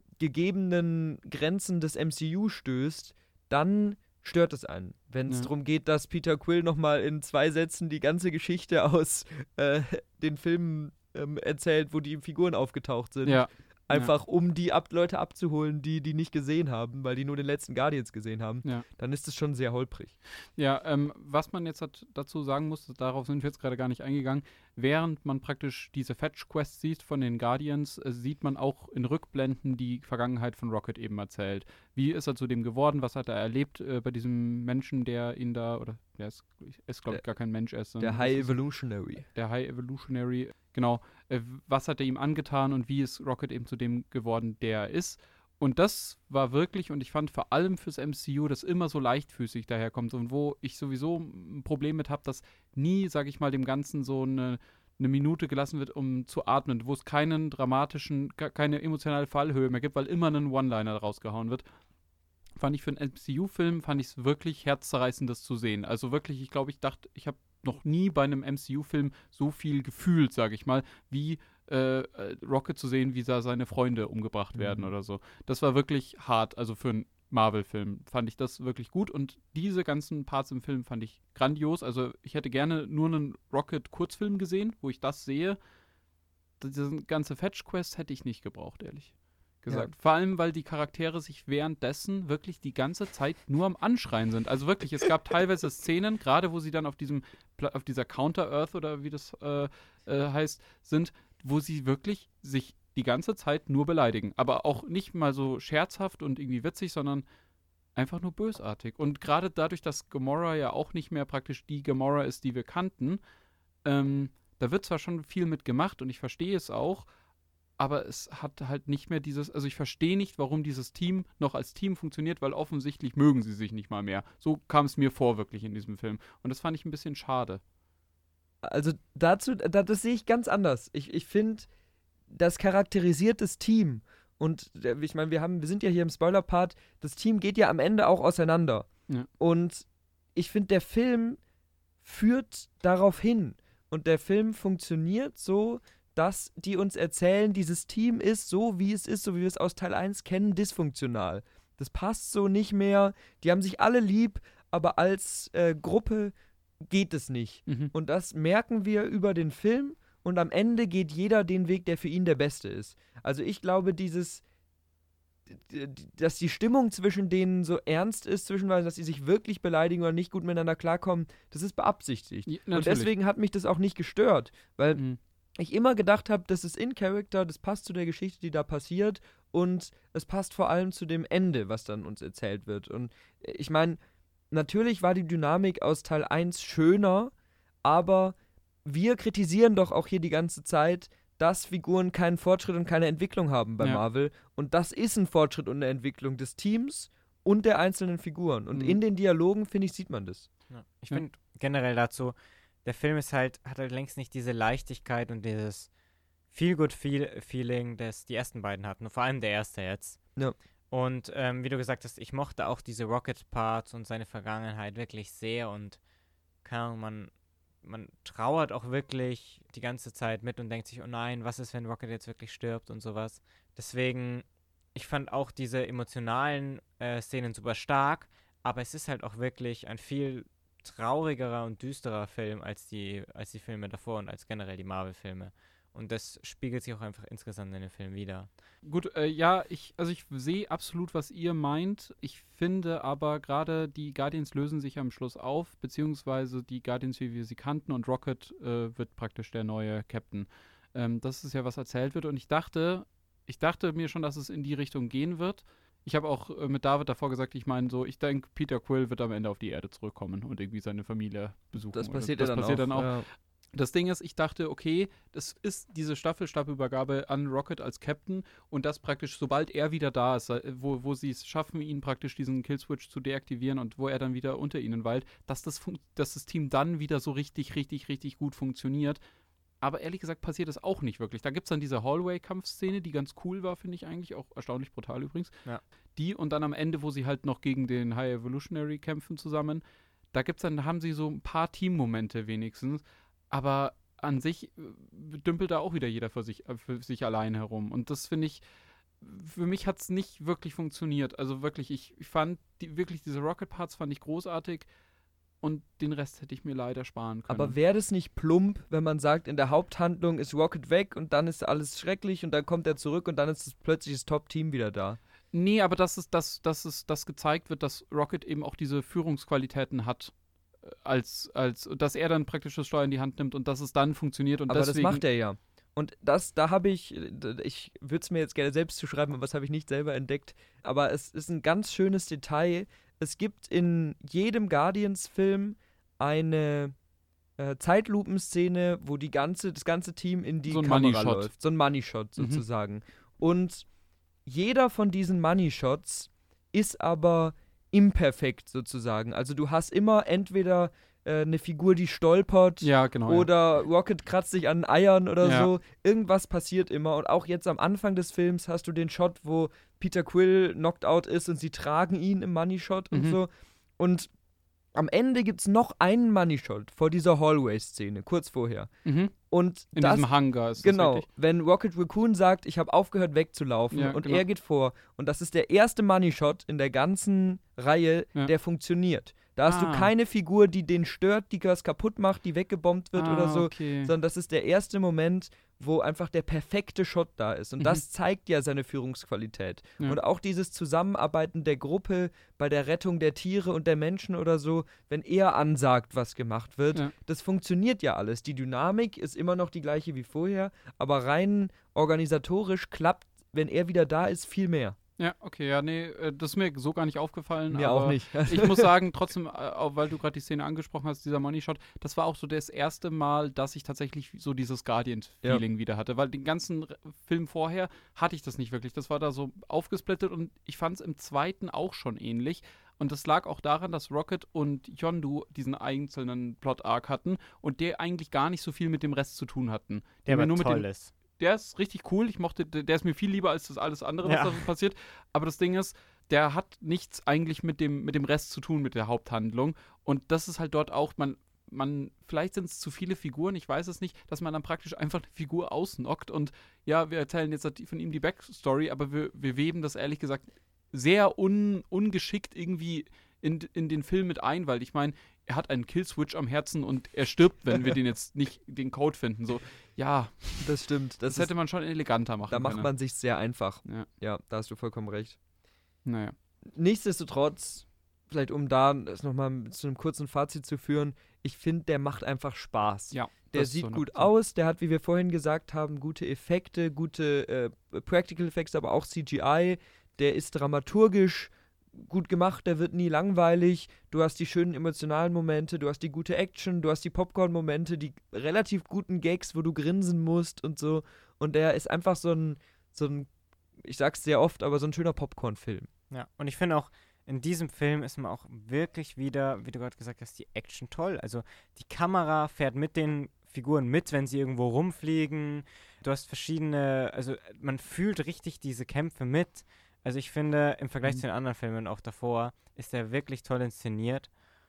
gegebenen Grenzen des M C U stößt, dann stört es einen. Wenn es Ja. darum geht, dass Peter Quill nochmal in zwei Sätzen die ganze Geschichte aus äh, den Filmen ähm, erzählt, wo die Figuren aufgetaucht sind. Ja. Einfach um die ab Leute abzuholen, die die nicht gesehen haben, weil die nur den letzten Guardians gesehen haben, Ja. dann ist es schon sehr holprig. Ja, ähm, was man jetzt hat, dazu sagen muss, darauf sind wir jetzt gerade gar nicht eingegangen, während man praktisch diese Fetch-Quests sieht von den Guardians, äh, sieht man auch in Rückblenden die Vergangenheit von Rocket eben erzählt. Wie ist er zu dem geworden? Was hat er erlebt äh, bei diesem Menschen, der ihn da, oder der ist, ist glaube ich, gar kein Mensch, er ist, Der sondern High es ist Evolutionary. der High Evolutionary, genau. Äh, was hat er ihm angetan und wie ist Rocket eben zu dem geworden, der er ist? Und das war wirklich, und ich fand vor allem fürs M C U, das immer so leichtfüßig daherkommt und wo ich sowieso ein Problem mit habe, dass nie, sage ich mal, dem Ganzen so eine, eine Minute gelassen wird, um zu atmen, wo es keinen dramatischen, ke- keine emotionale Fallhöhe mehr gibt, weil immer ein One-Liner rausgehauen wird. Fand ich für einen M C U-Film, fand ich es wirklich herzzerreißend, das zu sehen. Also wirklich, ich glaube, ich dachte, ich habe noch nie bei einem M C U-Film so viel gefühlt, sage ich mal, wie äh, äh, Rocket zu sehen, wie da seine Freunde umgebracht werden Mhm. oder so. Das war wirklich hart, also für einen Marvel-Film fand ich das wirklich gut und diese ganzen Parts im Film fand ich grandios. Also ich hätte gerne nur einen Rocket-Kurzfilm gesehen, wo ich das sehe. Diese ganze Fetch-Quest hätte ich nicht gebraucht, ehrlich gesagt. Vor allem, weil die Charaktere sich währenddessen wirklich die ganze Zeit nur am Anschreien sind. Also wirklich, es gab teilweise Szenen, gerade wo sie dann auf diesem Pla- auf dieser Counter-Earth oder wie das äh, äh, heißt, sind, wo sie wirklich sich die ganze Zeit nur beleidigen. Aber auch nicht mal so scherzhaft und irgendwie witzig, sondern einfach nur bösartig. Und gerade dadurch, dass Gamora ja auch nicht mehr praktisch die Gamora ist, die wir kannten, ähm, da wird zwar schon viel mit gemacht und ich verstehe es auch, aber es hat halt nicht mehr dieses, also ich verstehe nicht, warum dieses Team noch als Team funktioniert, weil offensichtlich mögen sie sich nicht mal mehr. So kam es mir vor, wirklich in diesem Film. Und das fand ich ein bisschen schade. Also dazu, da, das sehe ich ganz anders. Ich, ich finde, das charakterisiert das Team. Und äh, ich meine, wir haben, wir sind ja hier im Spoiler-Part, das Team geht ja am Ende auch auseinander. Ja. Und ich finde, der Film führt darauf hin. Und der Film funktioniert so, dass die uns erzählen, dieses Team ist so, wie es ist, so wie wir es aus Teil eins kennen, dysfunktional. Das passt so nicht mehr. Die haben sich alle lieb, aber als äh, Gruppe geht es nicht. Mhm. Und das merken wir über den Film und am Ende geht jeder den Weg, der für ihn der beste ist. Also ich glaube, dieses, d- d- dass die Stimmung zwischen denen so ernst ist, zwischenweise, dass sie sich wirklich beleidigen oder nicht gut miteinander klarkommen, das ist beabsichtigt. Ja, und natürlich. deswegen hat mich das auch nicht gestört, weil Mhm. ich immer gedacht habe, das ist in Character, das passt zu der Geschichte, die da passiert und es passt vor allem zu dem Ende, was dann uns erzählt wird. Und ich meine, natürlich war die Dynamik aus Teil eins schöner, aber wir kritisieren doch auch hier die ganze Zeit, dass Figuren keinen Fortschritt und keine Entwicklung haben bei Ja. Marvel. Und das ist ein Fortschritt und eine Entwicklung des Teams und der einzelnen Figuren. Und Mhm. in den Dialogen, finde ich, sieht man das. Ja. Ich Ja. finde generell dazu, der Film ist halt, hat halt längst nicht diese Leichtigkeit und dieses Feel-Good-Feeling, das die ersten beiden hatten. Und vor allem der erste jetzt. Ja. Und ähm, wie du gesagt hast, ich mochte auch diese Rocket-Parts und seine Vergangenheit wirklich sehr und keine Ahnung, man, man trauert auch wirklich die ganze Zeit mit und denkt sich, oh nein, was ist, wenn Rocket jetzt wirklich stirbt und sowas. Deswegen, ich fand auch diese emotionalen äh, Szenen super stark, aber es ist halt auch wirklich ein viel traurigerer und düsterer Film als die, als die Filme davor und als generell die Marvel-Filme. Und das spiegelt sich auch einfach insgesamt in dem Film wider. Gut, äh, ja, ich, also ich sehe absolut, was ihr meint. Ich finde aber gerade die Guardians lösen sich am Schluss auf, beziehungsweise die Guardians, wie wir sie kannten, und Rocket äh, wird praktisch der neue Captain. Ähm, das ist ja, was erzählt wird. Und ich dachte, ich dachte mir schon, dass es in die Richtung gehen wird. Ich habe auch äh, mit David davor gesagt, ich meine so, ich denke, Peter Quill wird am Ende auf die Erde zurückkommen und irgendwie seine Familie besuchen. Das Oder passiert, das ja dann, passiert auch. dann auch. Ja. Das Ding ist, ich dachte, okay, das ist diese Staffelstabübergabe an Rocket als Captain und das praktisch, sobald er wieder da ist, äh, wo, wo sie es schaffen, ihn praktisch diesen Killswitch zu deaktivieren und wo er dann wieder unter ihnen weilt, dass das, fun- dass das Team dann wieder so richtig, richtig, richtig gut funktioniert. Aber ehrlich gesagt passiert das auch nicht wirklich. Da gibt es dann diese Hallway-Kampfszene, die ganz cool war, finde ich eigentlich, auch erstaunlich brutal übrigens. Ja. Die und dann am Ende, wo sie halt noch gegen den High Evolutionary kämpfen zusammen, da gibt's dann, haben sie so ein paar Teammomente wenigstens, aber an sich äh, dümpelt da auch wieder jeder für sich, äh, für sich allein herum. Und das finde ich, für mich hat es nicht wirklich funktioniert. Also wirklich, ich, ich fand die, wirklich diese Rocket-Parts fand ich großartig und den Rest hätte ich mir leider sparen können. Aber wäre das nicht plump, wenn man sagt, in der Haupthandlung ist Rocket weg und dann ist alles schrecklich und dann kommt er zurück und dann ist das plötzlich das Top-Team wieder da? Nee, aber dass es, dass, dass es dass gezeigt wird, dass Rocket eben auch diese Führungsqualitäten hat, äh, als, als, dass er dann praktisch das Steuer in die Hand nimmt und dass es dann funktioniert. Und Aber deswegen, das macht er ja. Und das, da habe ich, ich würde es mir jetzt gerne selbst zuschreiben, aber das habe ich nicht selber entdeckt. Aber es ist ein ganz schönes Detail. Es gibt in jedem Guardians-Film eine äh, Zeitlupenszene, wo die ganze, das ganze Team in die So ein Kamera Money-Shot. läuft. So ein Money-Shot Mhm. sozusagen. Und jeder von diesen Money-Shots ist aber imperfekt sozusagen. Also du hast immer entweder äh, eine Figur, die stolpert, ja, genau. ja. oder Rocket kratzt sich an den Eiern oder Ja. so. Irgendwas passiert immer. Und auch jetzt am Anfang des Films hast du den Shot, wo Peter Quill knocked out ist und sie tragen ihn im Money Shot und Mhm. so. Und am Ende gibt es noch einen Money Shot vor dieser Hallway-Szene, kurz vorher. Mhm. Und In das, diesem Hangar ist genau, das richtig. wenn Rocket Raccoon sagt, ich habe aufgehört wegzulaufen Ja, und genau. er geht vor. Und das ist der erste Money Shot in der ganzen Reihe, Ja. der funktioniert. Da hast Ah. du keine Figur, die den stört, die was kaputt macht, die weggebombt wird ah, oder so, okay. sondern das ist der erste Moment, wo einfach der perfekte Shot da ist. Und Mhm. das zeigt ja seine Führungsqualität. Ja. Und auch dieses Zusammenarbeiten der Gruppe bei der Rettung der Tiere und der Menschen oder so, wenn er ansagt, was gemacht wird, Ja. das funktioniert ja alles. Die Dynamik ist immer noch die gleiche wie vorher, aber rein organisatorisch klappt, wenn er wieder da ist, viel mehr. Ja, okay, ja, nee, äh, das ist mir so gar nicht aufgefallen. Mir aber auch nicht. Ich muss sagen, trotzdem, äh, auch weil du gerade die Szene angesprochen hast, dieser Money Shot, das war auch so das erste Mal, dass ich tatsächlich so dieses Guardian-Feeling wieder hatte. Weil den ganzen R- Film vorher hatte ich das nicht wirklich. Das war da so aufgesplittet und ich fand es im zweiten auch schon ähnlich. Und das lag auch daran, dass Rocket und Yondu diesen einzelnen Plot-Arc hatten und der eigentlich gar nicht so viel mit dem Rest zu tun hatten. Die Der mir aber nur mit toll dem, ist. der ist richtig cool. Ich mochte, der der ist mir viel lieber als das alles andere, was Ja. da so passiert. Aber das Ding ist, der hat nichts eigentlich mit dem, mit dem Rest zu tun, mit der Haupthandlung. Und das ist halt dort auch, man man, vielleicht sind es zu viele Figuren, ich weiß es nicht, dass man dann praktisch einfach eine Figur ausnockt und ja, wir erzählen jetzt von ihm die Backstory, aber wir, wir weben das ehrlich gesagt sehr un, ungeschickt irgendwie in, in den Film mit ein, weil ich meine, er hat einen Killswitch am Herzen und er stirbt, wenn wir den jetzt nicht den Code finden. So, ja. Das stimmt. Das, das hätte man schon eleganter machen da können. Da macht man sich sehr einfach. Ja. ja, da hast du vollkommen recht. Naja. Nichtsdestotrotz, vielleicht um da das nochmal zu einem kurzen Fazit zu führen, ich finde, der macht einfach Spaß. Ja. Der sieht gut aus, der hat, wie wir vorhin gesagt haben, gute Effekte, gute äh, Practical Effects, aber auch C G I. Der ist dramaturgisch gut gemacht, der wird nie langweilig. Du hast die schönen emotionalen Momente, du hast die gute Action, du hast die Popcorn-Momente, die relativ guten Gags, wo du grinsen musst und so. Und der ist einfach so ein, so ein, ich sag's sehr oft, aber so ein schöner Popcorn-Film. Ja, und ich finde auch, in diesem Film ist man auch wirklich wieder, wie du gerade gesagt hast, die Action toll. Also die Kamera fährt mit den Figuren mit, wenn sie irgendwo rumfliegen. Du hast verschiedene, also man fühlt richtig diese Kämpfe mit. Also ich finde, im Vergleich mhm. zu den anderen Filmen auch davor, ist er wirklich toll inszeniert.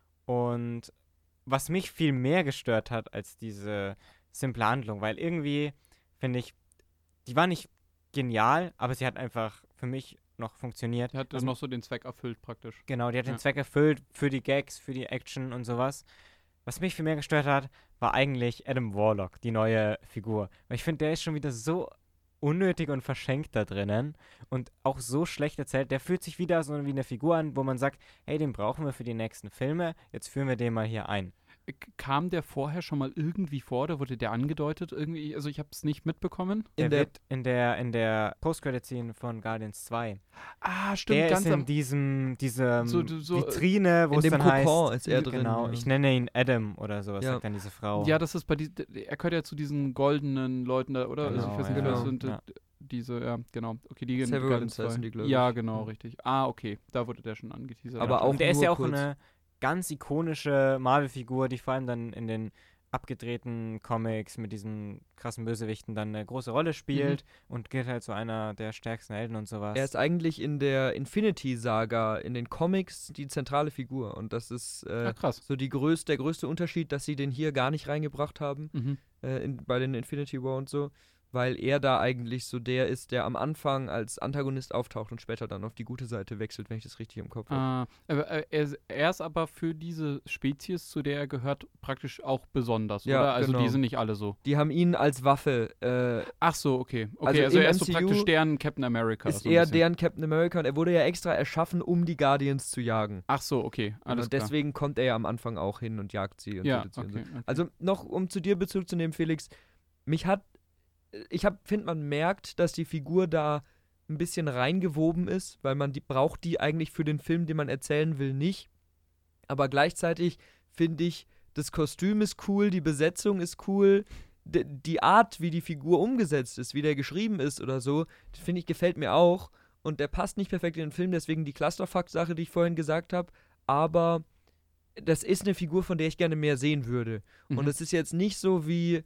Und was mich viel mehr gestört hat als diese simple Handlung, weil irgendwie, finde ich, die war nicht genial, aber sie hat einfach für mich noch funktioniert. Die hat also noch so den Zweck erfüllt praktisch. Genau, die hat ja. den Zweck erfüllt für die Gags, für die Action und sowas. Was mich viel mehr gestört hat, war eigentlich Adam Warlock, die neue Figur. Weil ich finde, der ist schon wieder so unnötig und verschenkt da drinnen und auch so schlecht erzählt. Der fühlt sich wieder so wie eine Figur an, wo man sagt, hey, den brauchen wir für die nächsten Filme, jetzt führen wir den mal hier ein. Kam der vorher schon mal irgendwie vor, oder wurde der angedeutet irgendwie? Also ich habe es nicht mitbekommen. Der in der wird in der, in der Post-Credit-Scene von Guardians zwei. Ah, stimmt. Der ganz ist in diesem, diesem so, so, Vitrine, wo es dann Kokon heißt, ist er drin. Genau, ja. ich nenne ihn Adam oder sowas, ja. sagt dann diese Frau. Ja, das ist bei die, er gehört ja zu diesen goldenen Leuten da, oder? Genau, also ich weiß nicht, ja. genau. sind ja. diese, ja, genau. Okay, die Severance heißen die, glaube ich. Ja, genau, richtig. Ah, okay, da wurde der schon angeteasert. Aber auch und der ist ja auch kurz. eine ganz ikonische Marvel-Figur, die vor allem dann in den abgedrehten Comics mit diesen krassen Bösewichten dann eine große Rolle spielt mhm. und gilt halt so einer der stärksten Helden und sowas. Er ist eigentlich in der Infinity-Saga, in den Comics, die zentrale Figur. Und das ist äh, Ach, krass. so die größte, der größte Unterschied, dass sie den hier gar nicht reingebracht haben, mhm. äh, in, bei den Infinity War und so. Weil er da eigentlich so der ist, der am Anfang als Antagonist auftaucht und später dann auf die gute Seite wechselt, wenn ich das richtig im Kopf habe. Äh, aber, äh, er, er ist aber für diese Spezies, zu der er gehört, praktisch auch besonders, ja, oder? Also genau. die sind nicht alle so. Die haben ihn als Waffe. Äh, Ach so, okay. Okay, also, also er ist M C U so praktisch deren Captain America. Ist so ein er bisschen. deren Captain America und er wurde ja extra erschaffen, um die Guardians zu jagen. Ach so, okay. Alles und deswegen klar. kommt er ja am Anfang auch hin und jagt sie. Und ja, tötet sie okay, und so. okay. Also noch, um zu dir Bezug zu nehmen, Felix, mich hat ich finde, man merkt, dass die Figur da ein bisschen reingewoben ist, weil man die braucht die eigentlich für den Film, den man erzählen will, nicht. Aber gleichzeitig finde ich, das Kostüm ist cool, die Besetzung ist cool, d- die Art, wie die Figur umgesetzt ist, wie der geschrieben ist oder so, finde ich, gefällt mir auch. Und der passt nicht perfekt in den Film, deswegen die Clusterfuck-Sache, die ich vorhin gesagt habe. Aber das ist eine Figur, von der ich gerne mehr sehen würde. Mhm. Und es ist jetzt nicht so wie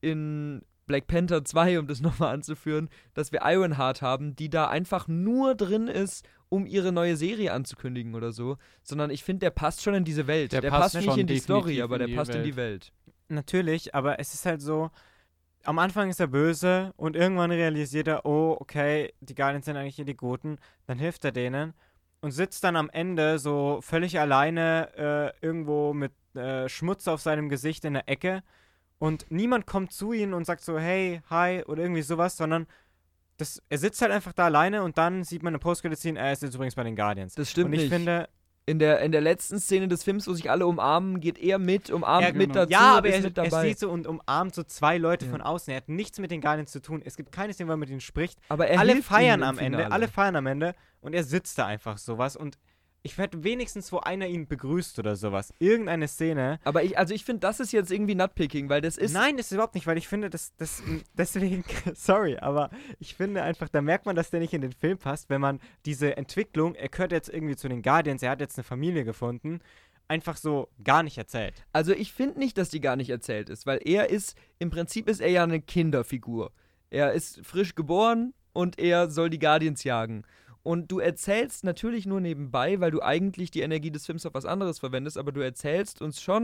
in Black Panther zwei, um das nochmal anzuführen, dass wir Ironheart haben, die da einfach nur drin ist, um ihre neue Serie anzukündigen oder so, sondern ich finde, der passt schon in diese Welt. Der, der passt, passt nicht in die Story, in aber der die passt Welt. in die Welt. Natürlich, aber es ist halt so, am Anfang ist er böse und irgendwann realisiert er, oh, okay, die Guardians sind eigentlich hier die Guten, dann hilft er denen und sitzt dann am Ende so völlig alleine äh, irgendwo mit äh, Schmutz auf seinem Gesicht in der Ecke. Und niemand kommt zu ihm und sagt so, hey, hi, oder irgendwie sowas, sondern das, er sitzt halt einfach da alleine und dann sieht man eine Post-Credit-Scene, er ist jetzt übrigens bei den Guardians. Das stimmt und ich nicht. finde, in der, in der letzten Szene des Films, wo sich alle umarmen, geht er mit, umarmt er, mit dazu, ja, aber ist er, mit dabei. er sieht so und umarmt so zwei Leute Ja. von außen. Er hat nichts mit den Guardians zu tun. Es gibt keine Szene, wo er mit ihnen spricht. Aber er alle hilft feiern ihnen im am Ende, Finale. alle feiern am Ende und er sitzt da einfach sowas und ich werde wenigstens, wo einer ihn begrüßt oder sowas. Irgendeine Szene. Aber ich, also ich finde, das ist jetzt irgendwie Nutpicking, weil das ist... Nein, das ist überhaupt nicht, weil ich finde, das, das deswegen, sorry, aber ich finde einfach, da merkt man, dass der nicht in den Film passt, wenn man diese Entwicklung, er gehört jetzt irgendwie zu den Guardians, er hat jetzt eine Familie gefunden, einfach so gar nicht erzählt. Also ich finde nicht, dass die gar nicht erzählt ist, weil er ist, im Prinzip ist er ja eine Kinderfigur. Er ist frisch geboren und er soll die Guardians jagen. Und du erzählst natürlich nur nebenbei, weil du eigentlich die Energie des Films auf was anderes verwendest, aber du erzählst uns schon,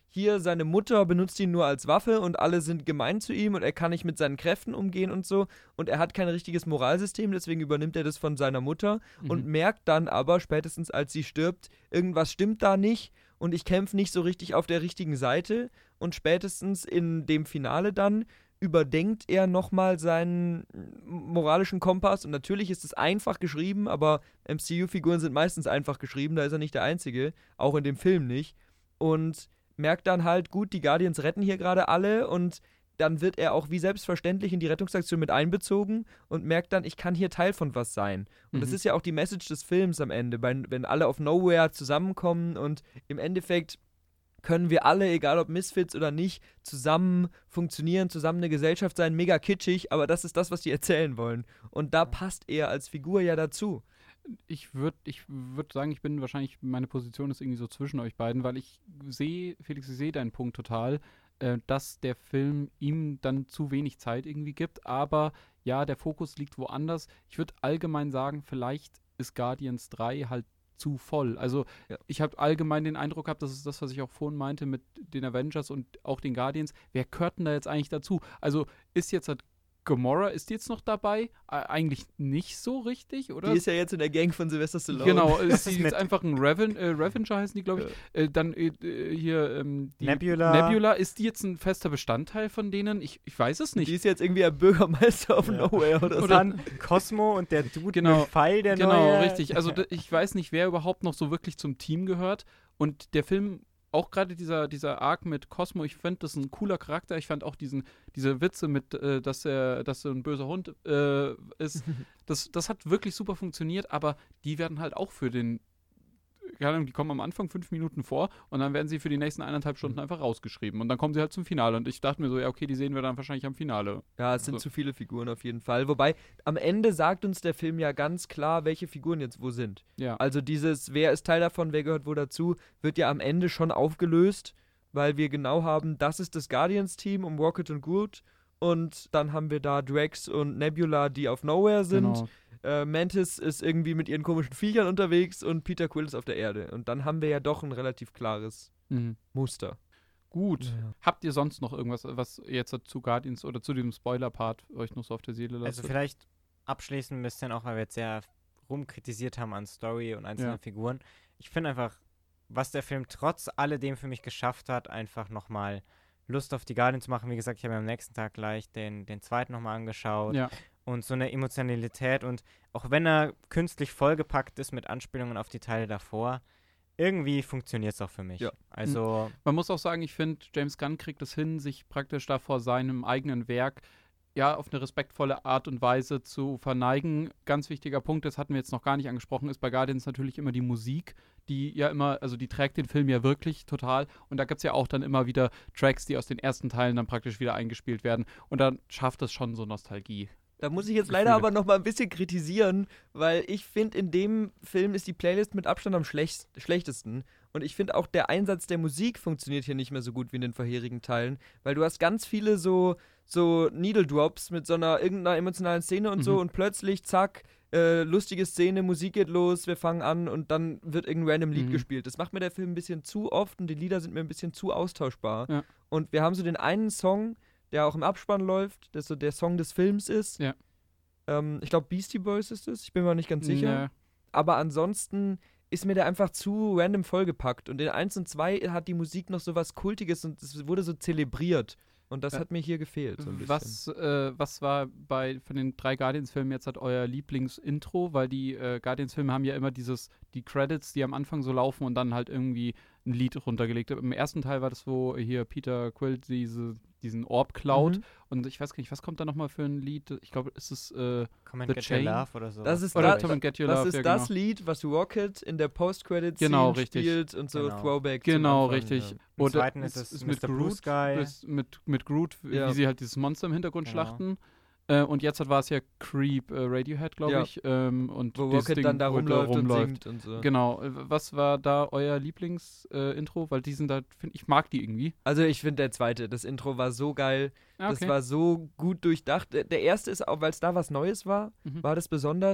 hier seine Mutter benutzt ihn nur als Waffe und alle sind gemein zu ihm und er kann nicht mit seinen Kräften umgehen und so und er hat kein richtiges Moralsystem, deswegen übernimmt er das von seiner Mutter mhm. und merkt dann aber spätestens als sie stirbt, irgendwas stimmt da nicht und ich kämpfe nicht so richtig auf der richtigen Seite und spätestens in dem Finale dann überdenkt er nochmal seinen moralischen Kompass und natürlich ist es einfach geschrieben, aber M C U-Figuren sind meistens einfach geschrieben, da ist er nicht der Einzige, auch in dem Film nicht und merkt dann halt, gut, die Guardians retten hier gerade alle und dann wird er auch wie selbstverständlich in die Rettungsaktion mit einbezogen und merkt dann, ich kann hier Teil von was sein. Und mhm. das ist ja auch die Message des Films am Ende, wenn, wenn alle auf Nowhere zusammenkommen und im Endeffekt können wir alle, egal ob Misfits oder nicht, zusammen funktionieren, zusammen eine Gesellschaft sein, mega kitschig, aber das ist das, was die erzählen wollen. Und da passt er als Figur ja dazu. Ich würde ich würd sagen, ich bin wahrscheinlich, meine Position ist irgendwie so zwischen euch beiden, weil ich sehe, Felix, ich sehe deinen Punkt total, äh, dass der Film ihm dann zu wenig Zeit irgendwie gibt, aber ja, der Fokus liegt woanders. Ich würde allgemein sagen, vielleicht ist Guardians drei halt zu voll. Also ja. ich habe allgemein den Eindruck gehabt, das ist das, was ich auch vorhin meinte mit den Avengers und auch den Guardians. Wer gehört denn da jetzt eigentlich dazu? Also ist jetzt halt Gamora, ist die jetzt noch dabei? Äh, eigentlich nicht so richtig, oder? Die ist ja jetzt in der Gang von Sylvester Stallone. Genau, ist die jetzt einfach ein Reven, äh, Revenger heißen die, glaube ich. Ja. Äh, dann äh, hier ähm, die Nebula. Nebula, ist die jetzt ein fester Bestandteil von denen? Ich, ich weiß es nicht. Die ist jetzt irgendwie ein Bürgermeister auf ja. Nowhere oder so. Und dann Cosmo und der Dude genau, mit Pfeil, der genau, neue. Genau, richtig. Also d- ich weiß nicht, wer überhaupt noch so wirklich zum Team gehört. Und der Film, auch gerade dieser, dieser Arc mit Cosmo, ich fand das ein cooler Charakter. Ich fand auch diesen, diese Witze mit, äh, dass er dass er ein böser Hund äh, ist, das, das hat wirklich super funktioniert, aber die werden halt auch für den, keine Ahnung, die kommen am Anfang fünf Minuten vor und dann werden sie für die nächsten eineinhalb Stunden einfach rausgeschrieben und dann kommen sie halt zum Finale und ich dachte mir so, ja okay, die sehen wir dann wahrscheinlich am Finale. Ja, es sind also zu viele Figuren auf jeden Fall, wobei am Ende sagt uns der Film ja ganz klar, welche Figuren jetzt wo sind. Ja. Also dieses, wer ist Teil davon, wer gehört wo dazu, wird ja am Ende schon aufgelöst, weil wir genau haben, das ist das Guardians-Team um Rocket und Groot und dann haben wir da Drax und Nebula, die auf Nowhere sind. Genau. Äh, Mantis ist irgendwie mit ihren komischen Viechern unterwegs und Peter Quill ist auf der Erde. Und dann haben wir ja doch ein relativ klares mhm. Muster. Gut. Ja. Habt ihr sonst noch irgendwas, was jetzt zu Guardians oder zu dem Spoiler-Part euch noch so auf der Seele lasst? Also vielleicht abschließend ein bisschen, auch weil wir jetzt sehr rumkritisiert haben an Story und einzelnen ja. Figuren. Ich finde einfach, was der Film trotz alledem für mich geschafft hat, einfach nochmal Lust auf die Guardians zu machen. Wie gesagt, ich habe mir am nächsten Tag gleich den, den zweiten nochmal angeschaut. Ja. Und so eine Emotionalität und auch wenn er künstlich vollgepackt ist mit Anspielungen auf die Teile davor, irgendwie funktioniert es auch für mich. Ja. Also man muss auch sagen, ich finde, James Gunn kriegt es hin, sich praktisch da vor seinem eigenen Werk ja auf eine respektvolle Art und Weise zu verneigen. Ganz wichtiger Punkt, das hatten wir jetzt noch gar nicht angesprochen, ist bei Guardians natürlich immer die Musik, die ja immer, also die trägt den Film ja wirklich total und da gibt es ja auch dann immer wieder Tracks, die aus den ersten Teilen dann praktisch wieder eingespielt werden und dann schafft es schon so Nostalgie. Da muss ich jetzt leider aber noch mal ein bisschen kritisieren, weil ich finde, in dem Film ist die Playlist mit Abstand am schlech- schlechtesten. Und ich finde auch, der Einsatz der Musik funktioniert hier nicht mehr so gut wie in den vorherigen Teilen, weil du hast ganz viele so, so Needle Drops mit so einer irgendeiner emotionalen Szene und mhm. so und plötzlich, zack, äh, lustige Szene, Musik geht los, wir fangen an und dann wird irgendein random Lied mhm. gespielt. Das macht mir der Film ein bisschen zu oft und die Lieder sind mir ein bisschen zu austauschbar. Ja. Und wir haben so den einen Song, der auch im Abspann läuft, der so der Song des Films ist. Ja. Ähm, ich glaube, Beastie Boys ist es, ich bin mir nicht ganz sicher. Ja. Aber ansonsten ist mir der einfach zu random vollgepackt. Und in eins und zwei hat die Musik noch so was Kultiges und es wurde so zelebriert. Und das ja. hat mir hier gefehlt. So ein bisschen. Was, äh, was war bei von den drei Guardians-Filmen jetzt halt euer Lieblingsintro? Weil die äh, Guardians-Filme haben ja immer dieses, die Credits, die am Anfang so laufen und dann halt irgendwie ein Lied runtergelegt. Im ersten Teil war das, wo hier Peter Quill diese, diesen Orb klaut. Mhm. Und ich weiß gar nicht, was kommt da nochmal für ein Lied? Ich glaube, ist es äh, Come and The Get Chain? Your Love oder so. Das ist, oder da, Come and Get Your das, Love, ist ja, das genau. Lied, was Rocket in der Post-Credit-Scene genau, richtig. spielt und so genau. Throwback Genau, zum Anfang, richtig. Ja. Im Oder zweiten ist es ist mit Mister Blue Sky. Ist mit, mit Groot, ja. wie sie halt dieses Monster im Hintergrund genau. schlachten. Äh, und jetzt war es ja Creep, äh, Radiohead, glaube ja. ich. Ähm, und wo Rocket Ding, dann da rumläuft, rumläuft und singt und so. Genau. Was war da euer Lieblings-Intro? Äh, Weil die sind da, find, ich mag die irgendwie. Also ich finde der zweite, das Intro war so geil. Ah, okay. Das war so gut durchdacht. Der erste ist auch, weil es da was Neues war, mhm. war das besonders.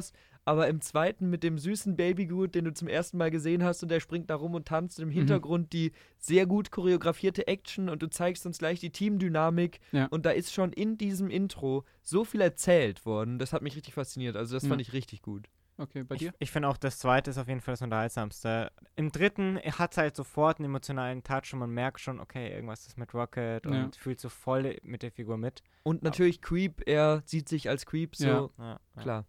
aber im zweiten mit dem süßen Baby-Groot, den du zum ersten Mal gesehen hast und der springt da rum und tanzt und im Hintergrund mhm. die sehr gut choreografierte Action und du zeigst uns gleich die Teamdynamik ja. und da ist schon in diesem Intro so viel erzählt worden, das hat mich richtig fasziniert, also das ja. fand ich richtig gut. Okay, bei dir? Ich, ich finde auch, das zweite ist auf jeden Fall das Unterhaltsamste. Im dritten hat es halt sofort einen emotionalen Touch und man merkt schon, okay, irgendwas ist mit Rocket und ja. fühlt so voll mit der Figur mit. Und natürlich Aber Creep, er sieht sich als Creep so, ja. Ja, ja. klar.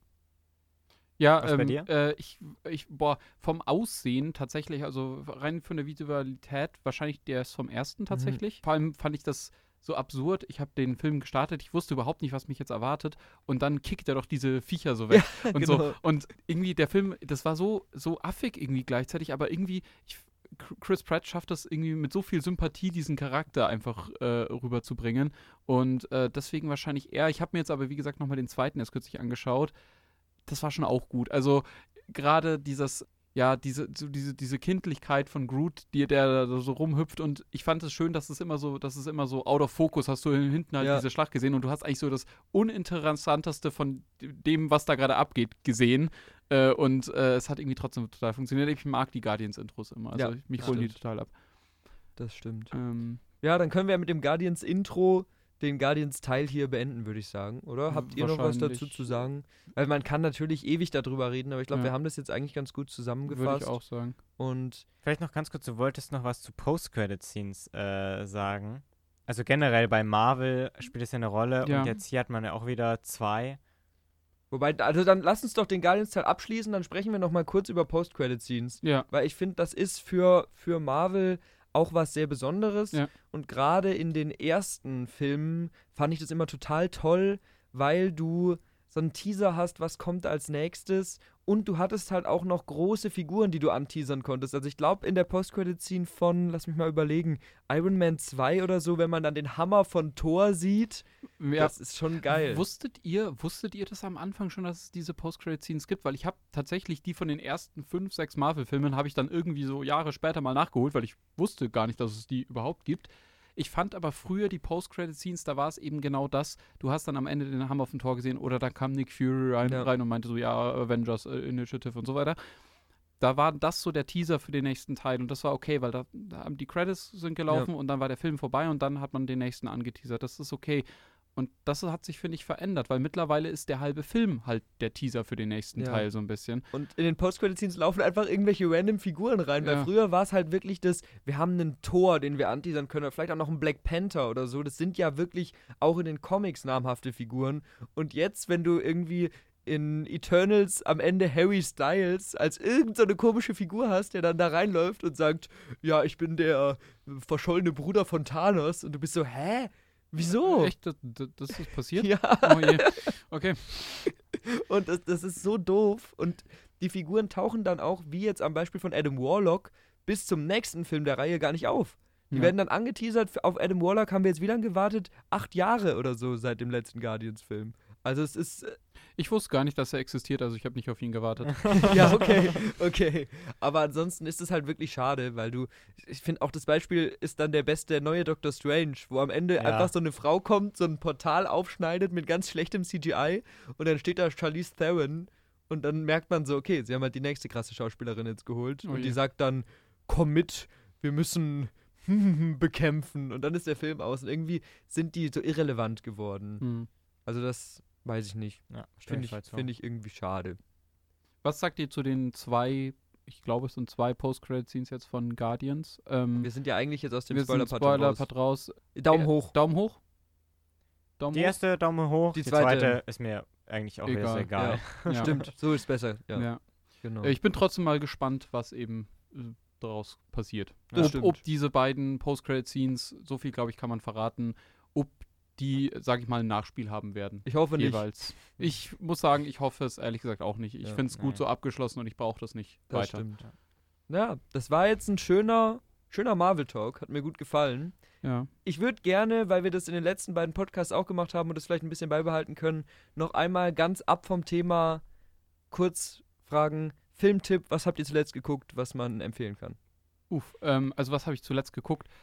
Ja, Was ähm, bei dir? Äh, ich, ich, boah, vom Aussehen tatsächlich, also rein von der Visualität, wahrscheinlich der ist vom ersten tatsächlich. Mhm. Vor allem fand ich das so absurd. Ich habe den Film gestartet, ich wusste überhaupt nicht, was mich jetzt erwartet. Und dann kickt er doch diese Viecher so weg. Ja, und genau. so. Und irgendwie der Film, das war so, so affig irgendwie gleichzeitig, aber irgendwie, ich, Chris Pratt schafft das irgendwie mit so viel Sympathie, diesen Charakter einfach äh, rüberzubringen. Und äh, deswegen wahrscheinlich eher. Ich habe mir jetzt aber, wie gesagt, nochmal den zweiten erst kürzlich angeschaut. Das war schon auch gut. Also gerade dieses, ja, diese, so diese, diese Kindlichkeit von Groot, die, der da so rumhüpft und ich fand es schön, dass es immer so, dass es immer so out of focus, hast du hinten halt ja. diese Schlacht gesehen und du hast eigentlich so das Uninteressanteste von dem, was da gerade abgeht, gesehen äh, und äh, es hat irgendwie trotzdem total funktioniert. Ich mag die Guardians-Intros immer, also ja, mich holen die total ab. Das stimmt. Ähm, ja, dann können wir mit dem Guardians-Intro den Guardians-Teil hier beenden, würde ich sagen, oder? Habt ihr noch was dazu zu sagen? Weil man kann natürlich ewig darüber reden, aber ich glaube, ja. wir haben das jetzt eigentlich ganz gut zusammengefasst. Würde ich auch sagen. Und vielleicht noch ganz kurz, du wolltest noch was zu Post-Credit-Scenes äh, sagen. Also generell bei Marvel spielt es ja eine Rolle ja. und jetzt hier hat man ja auch wieder zwei. Wobei, also dann lass uns doch den Guardians-Teil abschließen, dann sprechen wir noch mal kurz über Post-Credit-Scenes. Ja. Weil ich finde, das ist für, für Marvel auch was sehr Besonderes. Ja. Und gerade in den ersten Filmen fand ich das immer total toll, weil du so einen Teaser hast, was kommt als nächstes. Und du hattest halt auch noch große Figuren, die du anteasern konntest. Also ich glaube, in der Post-Credit-Scene von, lass mich mal überlegen, Iron Man zwei oder so, wenn man dann den Hammer von Thor sieht, ja. das ist schon geil. Wusstet ihr, wusstet ihr das am Anfang schon, dass es diese Post-Credit-Scenes gibt? Weil ich habe tatsächlich die von den ersten fünf, sechs Marvel-Filmen habe ich dann irgendwie so Jahre später mal nachgeholt, weil ich wusste gar nicht, dass es die überhaupt gibt. Ich fand aber früher die Post-Credit-Scenes, da war es eben genau das. Du hast dann am Ende den Hammer von Thor gesehen oder da kam Nick Fury rein, ja. rein und meinte so, ja, Avengers äh, Initiative und so weiter. Da war das so der Teaser für den nächsten Teil und das war okay, weil da, da haben die Credits sind gelaufen ja. und dann war der Film vorbei und dann hat man den nächsten angeteasert. Das ist okay. Und das hat sich, finde ich, verändert, weil mittlerweile ist der halbe Film halt der Teaser für den nächsten ja. Teil so ein bisschen. Und in den Post-Credit-Scenes laufen einfach irgendwelche random Figuren rein, weil ja. früher war es halt wirklich das, wir haben einen Thor, den wir anteasern können, oder vielleicht auch noch einen Black Panther oder so. Das sind ja wirklich auch in den Comics namhafte Figuren. Und jetzt, wenn du irgendwie in Eternals am Ende Harry Styles als irgend so eine komische Figur hast, der dann da reinläuft und sagt, ja, ich bin der verschollene Bruder von Thanos. Und du bist so, hä? Wieso? Echt? Das, das, das ist passiert? Ja. Oh je. Okay. Und das, das ist so doof. Und die Figuren tauchen dann auch, wie jetzt am Beispiel von Adam Warlock, bis zum nächsten Film der Reihe gar nicht auf. Die ja. werden dann angeteasert. Auf Adam Warlock haben wir jetzt wie lange gewartet? Acht Jahre oder so seit dem letzten Guardians-Film. Also es ist... Äh ich wusste gar nicht, dass er existiert, also ich habe nicht auf ihn gewartet. Ja, okay, okay. Aber ansonsten ist es halt wirklich schade, weil du, ich finde auch das Beispiel ist dann der beste neue Doctor Strange, wo am Ende ja. einfach so eine Frau kommt, so ein Portal aufschneidet mit ganz schlechtem C G I und dann steht da Charlize Theron und dann merkt man so, okay, sie haben halt die nächste krasse Schauspielerin jetzt geholt oh und je. die sagt dann, komm mit, wir müssen bekämpfen und dann ist der Film aus und irgendwie sind die so irrelevant geworden. Hm. Also das weiß ich nicht. Ja, Finde ich, find ich irgendwie schade. Was sagt ihr zu den zwei, ich glaube es sind zwei Post-Credit-Scenes jetzt von Guardians? Ähm, Wir sind ja eigentlich jetzt aus dem wir sind Spoiler-Part Spoiler-Part raus. raus. Daumen Äh, hoch. Daumen hoch? Daumen Die hoch? erste Daumen hoch, Die die, zweite- zweite, ist mir eigentlich auch Egal. egal. egal. Ja. Stimmt, so ist besser. Ja, Ja. genau. Äh, Ich bin trotzdem mal gespannt, was eben äh, daraus passiert. Das ob, stimmt. ob diese beiden Post-Credit-Scenes, so viel glaube ich kann man verraten, ob die, sage ich mal, ein Nachspiel haben werden. Ich hoffe nicht. Jeweils. Ich muss sagen, ich hoffe es ehrlich gesagt auch nicht. Ich Ja, finde es gut nein. so abgeschlossen und ich brauche das nicht Das weiter. stimmt. Ja, das war jetzt ein schöner, schöner Marvel-Talk. Hat mir gut gefallen. Ja. Ich würde gerne, weil wir das in den letzten beiden Podcasts auch gemacht haben und das vielleicht ein bisschen beibehalten können, noch einmal ganz ab vom Thema kurz fragen, Filmtipp, was habt ihr zuletzt geguckt, was man empfehlen kann? Uff, ähm, also was habe ich zuletzt geguckt?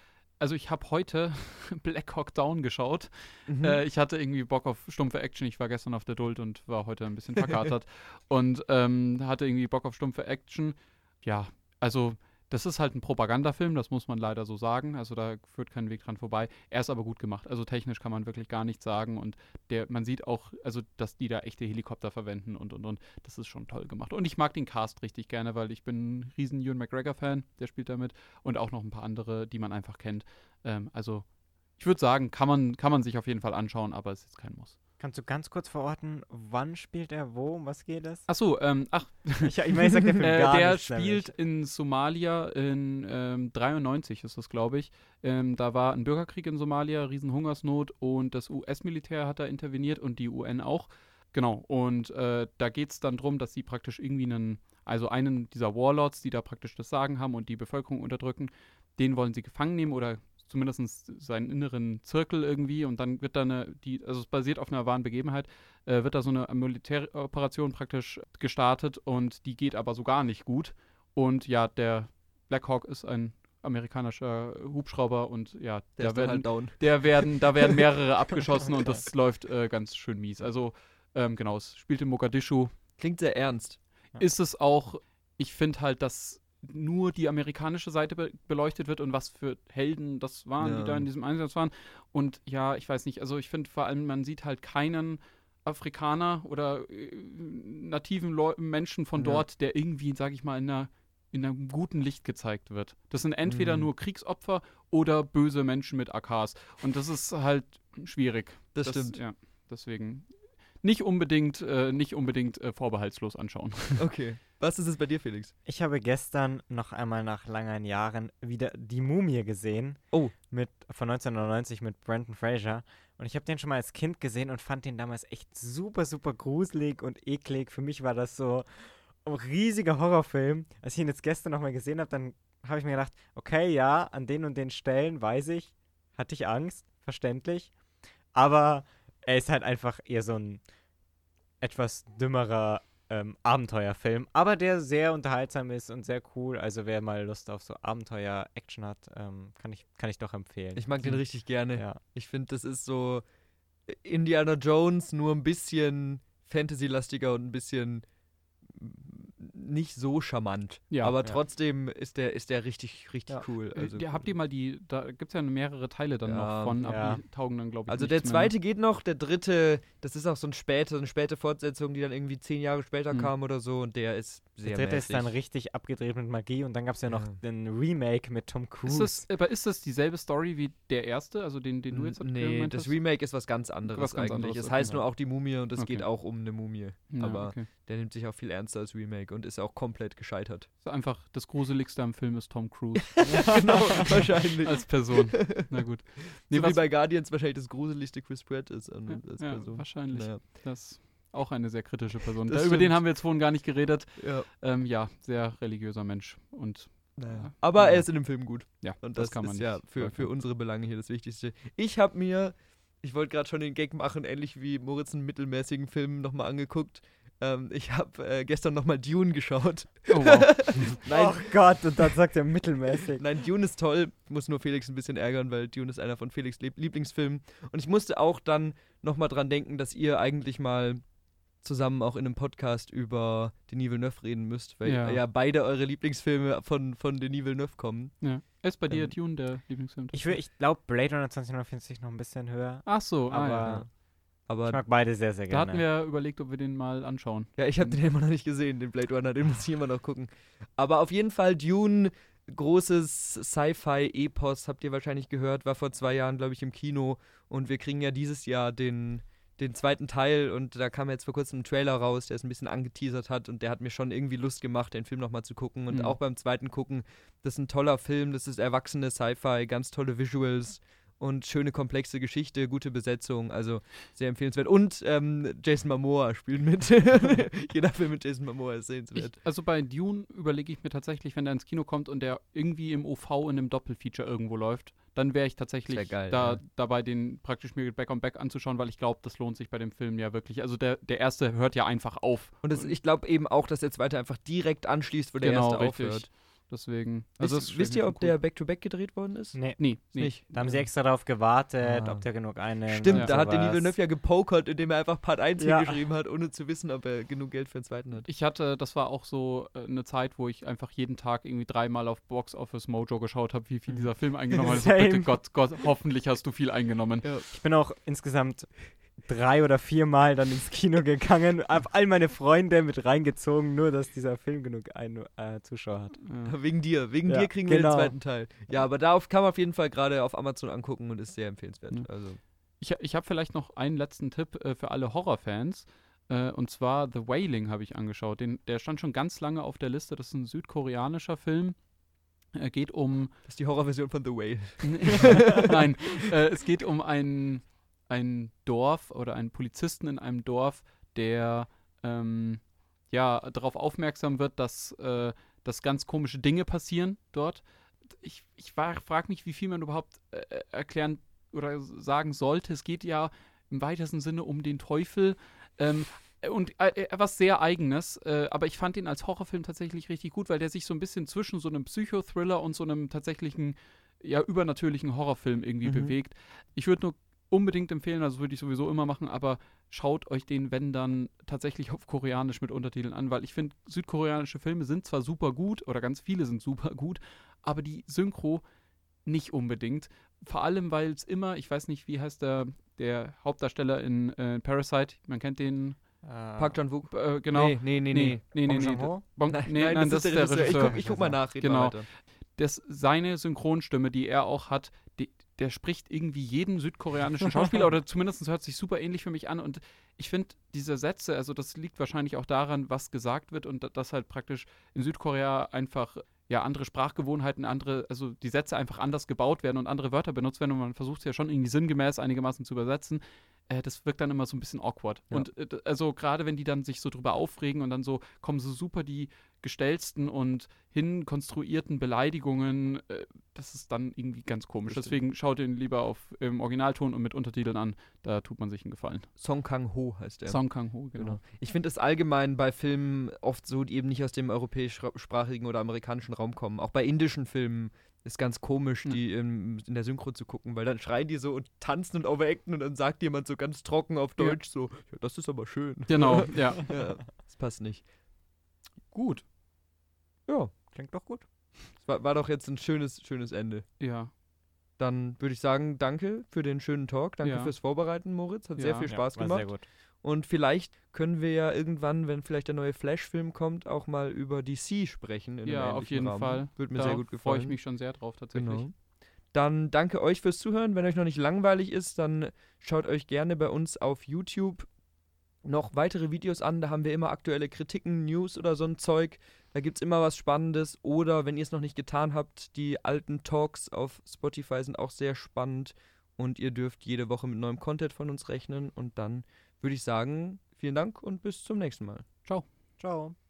also ich habe heute Black Hawk Down geschaut. Mhm. Äh, ich hatte irgendwie Bock auf stumpfe Action. Ich war gestern auf der Duld und war heute ein bisschen verkatert. und ähm, hatte irgendwie Bock auf stumpfe Action. Ja, also das ist halt ein Propagandafilm, das muss man leider so sagen. Also da führt kein Weg dran vorbei. Er ist aber gut gemacht. Also technisch kann man wirklich gar nichts sagen. Und der, man sieht auch, also dass die da echte Helikopter verwenden und und und. Das ist schon toll gemacht. Und ich mag den Cast richtig gerne, weil ich bin ein riesen Ewan McGregor-Fan, der spielt da mit. Und auch noch ein paar andere, die man einfach kennt. Ähm, also ich würde sagen, kann man, kann man sich auf jeden Fall anschauen, aber es ist kein Muss. Kannst du ganz kurz verorten, wann spielt er wo? Um was geht es? Achso, ähm, ach, Ich, ich meine, ich sag der Film Äh, gar der nichts, spielt in Somalia in ähm, dreiundneunzig ist das, glaube ich. Ähm, da war ein Bürgerkrieg in Somalia, Riesenhungersnot und das U S-Militär hat da interveniert und die U N auch. Genau, und äh, da geht es dann darum, dass sie praktisch irgendwie einen, also einen dieser Warlords, die da praktisch das Sagen haben und die Bevölkerung unterdrücken, den wollen sie gefangen nehmen oder zumindest seinen inneren Zirkel irgendwie und dann wird da eine, die, also es basiert auf einer wahren Begebenheit, äh, wird da so eine Militäroperation praktisch gestartet und die geht aber so gar nicht gut. Und ja, der Black Hawk ist ein amerikanischer Hubschrauber und ja, Der da ist dann werden, halt down. der werden, da werden mehrere abgeschossen und das läuft äh, ganz schön mies. Also ähm, genau, es spielt in Mogadischu. Klingt sehr ernst. Ja. Ist es auch, ich finde halt, dass nur die amerikanische Seite be- beleuchtet wird und was für Helden das waren, Ja. die da in diesem Einsatz waren. Und ja, ich weiß nicht, also ich finde vor allem, man sieht halt keinen Afrikaner oder äh, nativen Leu- Menschen von Ja. dort, der irgendwie, sag ich mal, in einer in einem guten Licht gezeigt wird. Das sind entweder Mhm. nur Kriegsopfer oder böse Menschen mit A Ks. Und das ist halt schwierig. Das stimmt. Ja, deswegen nicht unbedingt, äh, nicht unbedingt äh, vorbehaltslos anschauen. Okay. Was ist es bei dir, Felix? Ich habe gestern noch einmal nach langen Jahren wieder Die Mumie gesehen. Oh. Mit, von neunzehnhundertneunundneunzig mit Brendan Fraser. Und ich habe den schon mal als Kind gesehen und fand den damals echt super, super gruselig und eklig. Für mich war das so ein riesiger Horrorfilm. Als ich ihn jetzt gestern nochmal gesehen habe, dann habe ich mir gedacht, okay, ja, an den und den Stellen weiß ich, hatte ich Angst, verständlich. Aber er ist halt einfach eher so ein etwas dümmerer ähm, Abenteuerfilm, aber der sehr unterhaltsam ist und sehr cool. Also wer mal Lust auf so Abenteuer-Action hat, ähm, kann ich, kann ich doch empfehlen. Ich mag den richtig gerne. Ja. Ich finde, das ist so Indiana Jones, nur ein bisschen Fantasy-lastiger und ein bisschen nicht so charmant. Ja, aber ja. trotzdem ist der, ist der richtig, richtig Ja. cool. Also, äh, habt ihr mal die, da gibt es ja mehrere Teile dann Ja, noch von, aber ja. die taugen dann, glaube ich, Also der nichts mehr, zweite geht noch, der dritte, das ist auch so ein späte, eine späte Fortsetzung, die dann irgendwie zehn Jahre später Mhm. kam oder so und der ist sehr Der dritte mäßig. ist dann richtig abgedreht mit Magie und dann gab es ja noch Ja. den Remake mit Tom Ist Cruise. das, aber ist das dieselbe Story wie der erste, also den, den du jetzt Nee, gemeint das hast? Remake ist was ganz anderes Was ganz eigentlich. anderes, es okay. heißt nur auch die Mumie und es Okay. geht auch um eine Mumie. Ja, aber okay. der nimmt sich auch viel ernster als Remake und ist auch komplett gescheitert. Ist einfach das Gruseligste am Film ist Tom Cruise genau, wahrscheinlich. als Person. Na gut. Nee, so wie was, bei Guardians wahrscheinlich das gruseligste Chris Pratt ist an, ja, als ja, Person. wahrscheinlich. Naja. Das ist auch eine sehr kritische Person. Das Da, über den stimmt. haben wir jetzt vorhin gar nicht geredet. Ja. Ähm, ja, sehr religiöser Mensch. Und Naja. Aber Ja. er ist in dem Film gut. ja, Und das, das, kann man ist nicht ja für, für leugnen. unsere Belange hier das Wichtigste. Ich habe mir, ich wollte gerade schon den Gag machen, ähnlich wie Moritz einen mittelmäßigen Film nochmal angeguckt. Ähm, ich habe äh, gestern nochmal Dune geschaut. Oh wow. Nein, Oh Gott, und dann sagt er mittelmäßig. Nein, Dune ist toll. Ich muss nur Felix ein bisschen ärgern, weil Dune ist einer von Felix' Lieb- Lieblingsfilmen. Und ich musste auch dann nochmal dran denken, dass ihr eigentlich mal zusammen auch in einem Podcast über Denis Villeneuve reden müsst, weil ja, Ja. beide eure Lieblingsfilme von, von Denis Villeneuve kommen. ja. Ist bei dir Ähm, Dune der Lieblingsfilm? Ich, will- ich glaube, Blade Runner zwanzig neunundvierzig noch ein bisschen höher. Ach so, ah, Aber ja. Aber ich mag beide sehr, sehr Da gerne. hatten wir überlegt, ob wir den mal anschauen. ja, ich habe den immer noch nicht gesehen, den Blade Runner, den muss ich immer noch gucken. Aber auf jeden Fall Dune, großes Sci-Fi-Epos, habt ihr wahrscheinlich gehört, war vor zwei Jahren, glaube ich, im Kino. Und wir kriegen ja dieses Jahr den, den zweiten Teil und da kam jetzt vor kurzem ein Trailer raus, der es ein bisschen angeteasert hat und der hat mir schon irgendwie Lust gemacht, den Film nochmal zu gucken. Und Mhm. auch beim zweiten Gucken, das ist ein toller Film, das ist erwachsene Sci-Fi, ganz tolle Visuals und schöne, komplexe Geschichte, gute Besetzung, also sehr empfehlenswert. Und ähm, Jason Momoa spielt mit. Jeder Film mit Jason Momoa ist Ich, sehenswert. also bei Dune überlege ich mir tatsächlich, wenn der ins Kino kommt und der irgendwie im O V in einem Doppelfeature irgendwo läuft, dann wäre ich tatsächlich Das wär geil, da, ja. dabei, den praktisch mir Back on Back anzuschauen, weil ich glaube, das lohnt sich bei dem Film ja wirklich. Also der, der erste hört ja einfach auf. Und das, ich glaube eben auch, dass der zweite einfach direkt anschließt, wo der Genau, erste richtig. aufhört. Deswegen. Also Wisst, das wisst ihr, schon ob cool. der Back-to-Back gedreht worden ist? Nee, Nee, Ist nee. nicht. da haben sie extra darauf gewartet, Ah. ob der genug einnimmt. Stimmt, und da hat der sowas. Villeneuve ja gepokert, indem er einfach Part eins Ja. hingeschrieben hat, ohne zu wissen, ob er genug Geld für den zweiten hat. Ich hatte, das war auch so äh, eine Zeit, wo ich einfach jeden Tag irgendwie dreimal auf Box Office Mojo geschaut habe, wie viel Mhm. dieser Film eingenommen hat. So, Same. bitte Gott, Gott, hoffentlich hast du viel eingenommen. Ja. Ich bin auch insgesamt drei oder vier Mal dann ins Kino gegangen, habe all meine Freunde mit reingezogen, nur dass dieser Film genug ein äh, Zuschauer hat. Ja. Wegen dir, wegen Ja, dir kriegen wir genau. den zweiten Teil. Ja, aber darauf kann man auf jeden Fall gerade auf Amazon angucken und ist sehr empfehlenswert. Mhm. Also. Ich, ich habe vielleicht noch einen letzten Tipp äh, für alle Horrorfans. Äh, und zwar The Wailing habe ich angeschaut. Den, der stand schon ganz lange auf der Liste. Das ist ein südkoreanischer Film. Er geht um. Das ist die Horrorversion von The Whale. Nein, äh, es geht um ein, ein Dorf oder einen Polizisten in einem Dorf, der ähm, ja darauf aufmerksam wird, dass, äh, dass ganz komische Dinge passieren dort. Ich, ich frage mich, wie viel man überhaupt äh, erklären oder sagen sollte. Es geht ja im weitesten Sinne um den Teufel. Ähm, Und äh, was sehr Eigenes, äh, aber ich fand ihn als Horrorfilm tatsächlich richtig gut, weil der sich so ein bisschen zwischen so einem Psychothriller und so einem tatsächlichen, ja, übernatürlichen Horrorfilm irgendwie Mhm. bewegt. Ich würde nur unbedingt empfehlen, also würde ich sowieso immer machen, aber schaut euch den, wenn dann, tatsächlich auf Koreanisch mit Untertiteln an, weil ich finde, südkoreanische Filme sind zwar super gut, oder ganz viele sind super gut, aber die Synchro nicht unbedingt. Vor allem, weil es immer, ich weiß nicht, wie heißt der, der Hauptdarsteller in äh, Parasite, man kennt den, Äh, Park Chan-wook. äh, genau. Nee, nee, nee, nee. nee, nee, Bong nee. Joon-ho? Bong, Nein, nee, nein, nein, das, ist der Regisseur. Ich, guck, ich guck mal nach, reden Genau. wir weiter. Das, seine Synchronstimme, die er auch hat, die, der spricht irgendwie jeden südkoreanischen Schauspieler oder zumindest hört sich super ähnlich für mich an und ich finde diese Sätze, also das liegt wahrscheinlich auch daran, was gesagt wird und da- dass halt praktisch in Südkorea einfach ja andere Sprachgewohnheiten, andere, also die Sätze einfach anders gebaut werden und andere Wörter benutzt werden und man versucht es ja schon irgendwie sinngemäß einigermaßen zu übersetzen. Äh, das wirkt dann immer so ein bisschen awkward. Ja. Und äh, d- also gerade wenn die dann sich so drüber aufregen und dann so kommen so super die gestellten und hinkonstruierten Beleidigungen, äh, das ist dann irgendwie ganz komisch. Das stimmt. Deswegen schaut ihn lieber auf im Originalton und mit Untertiteln an. Da tut man sich einen Gefallen. Song Kang-ho heißt der. Song Kang-ho, genau. Genau. Ich finde es allgemein bei Filmen oft so, die eben nicht aus dem europäischsprachigen oder amerikanischen Raum kommen. Auch bei indischen Filmen ist ganz komisch, Ja. die in, in der Synchro zu gucken, weil dann schreien die so und tanzen und overacten und dann sagt jemand so ganz trocken auf Ja. Deutsch so, ja, das ist aber schön. Genau, ja. Ja, das passt nicht. Gut. Ja, Klingt doch gut. das war, war doch jetzt ein schönes, schönes Ende. Ja. Dann würde ich sagen, danke für den schönen Talk, danke Ja. fürs Vorbereiten, Moritz, hat sehr Ja. viel Spaß ja, war gemacht. Sehr gut. Und vielleicht können wir ja irgendwann, wenn vielleicht der neue Flash-Film kommt, auch mal über D C sprechen. In Ja, einem auf ähnlichen jeden Rahmen. Fall. Würde mir Da sehr gut freue gefallen. ich mich schon sehr drauf, tatsächlich. Genau. Dann danke euch fürs Zuhören. Wenn euch noch nicht langweilig ist, dann schaut euch gerne bei uns auf YouTube noch weitere Videos an. Da haben wir immer aktuelle Kritiken, News oder so ein Zeug. Da gibt es immer was Spannendes. Oder wenn ihr es noch nicht getan habt, die alten Talks auf Spotify sind auch sehr spannend. Und ihr dürft jede Woche mit neuem Content von uns rechnen. Und dann würde ich sagen, vielen Dank und bis zum nächsten Mal. Ciao. Ciao.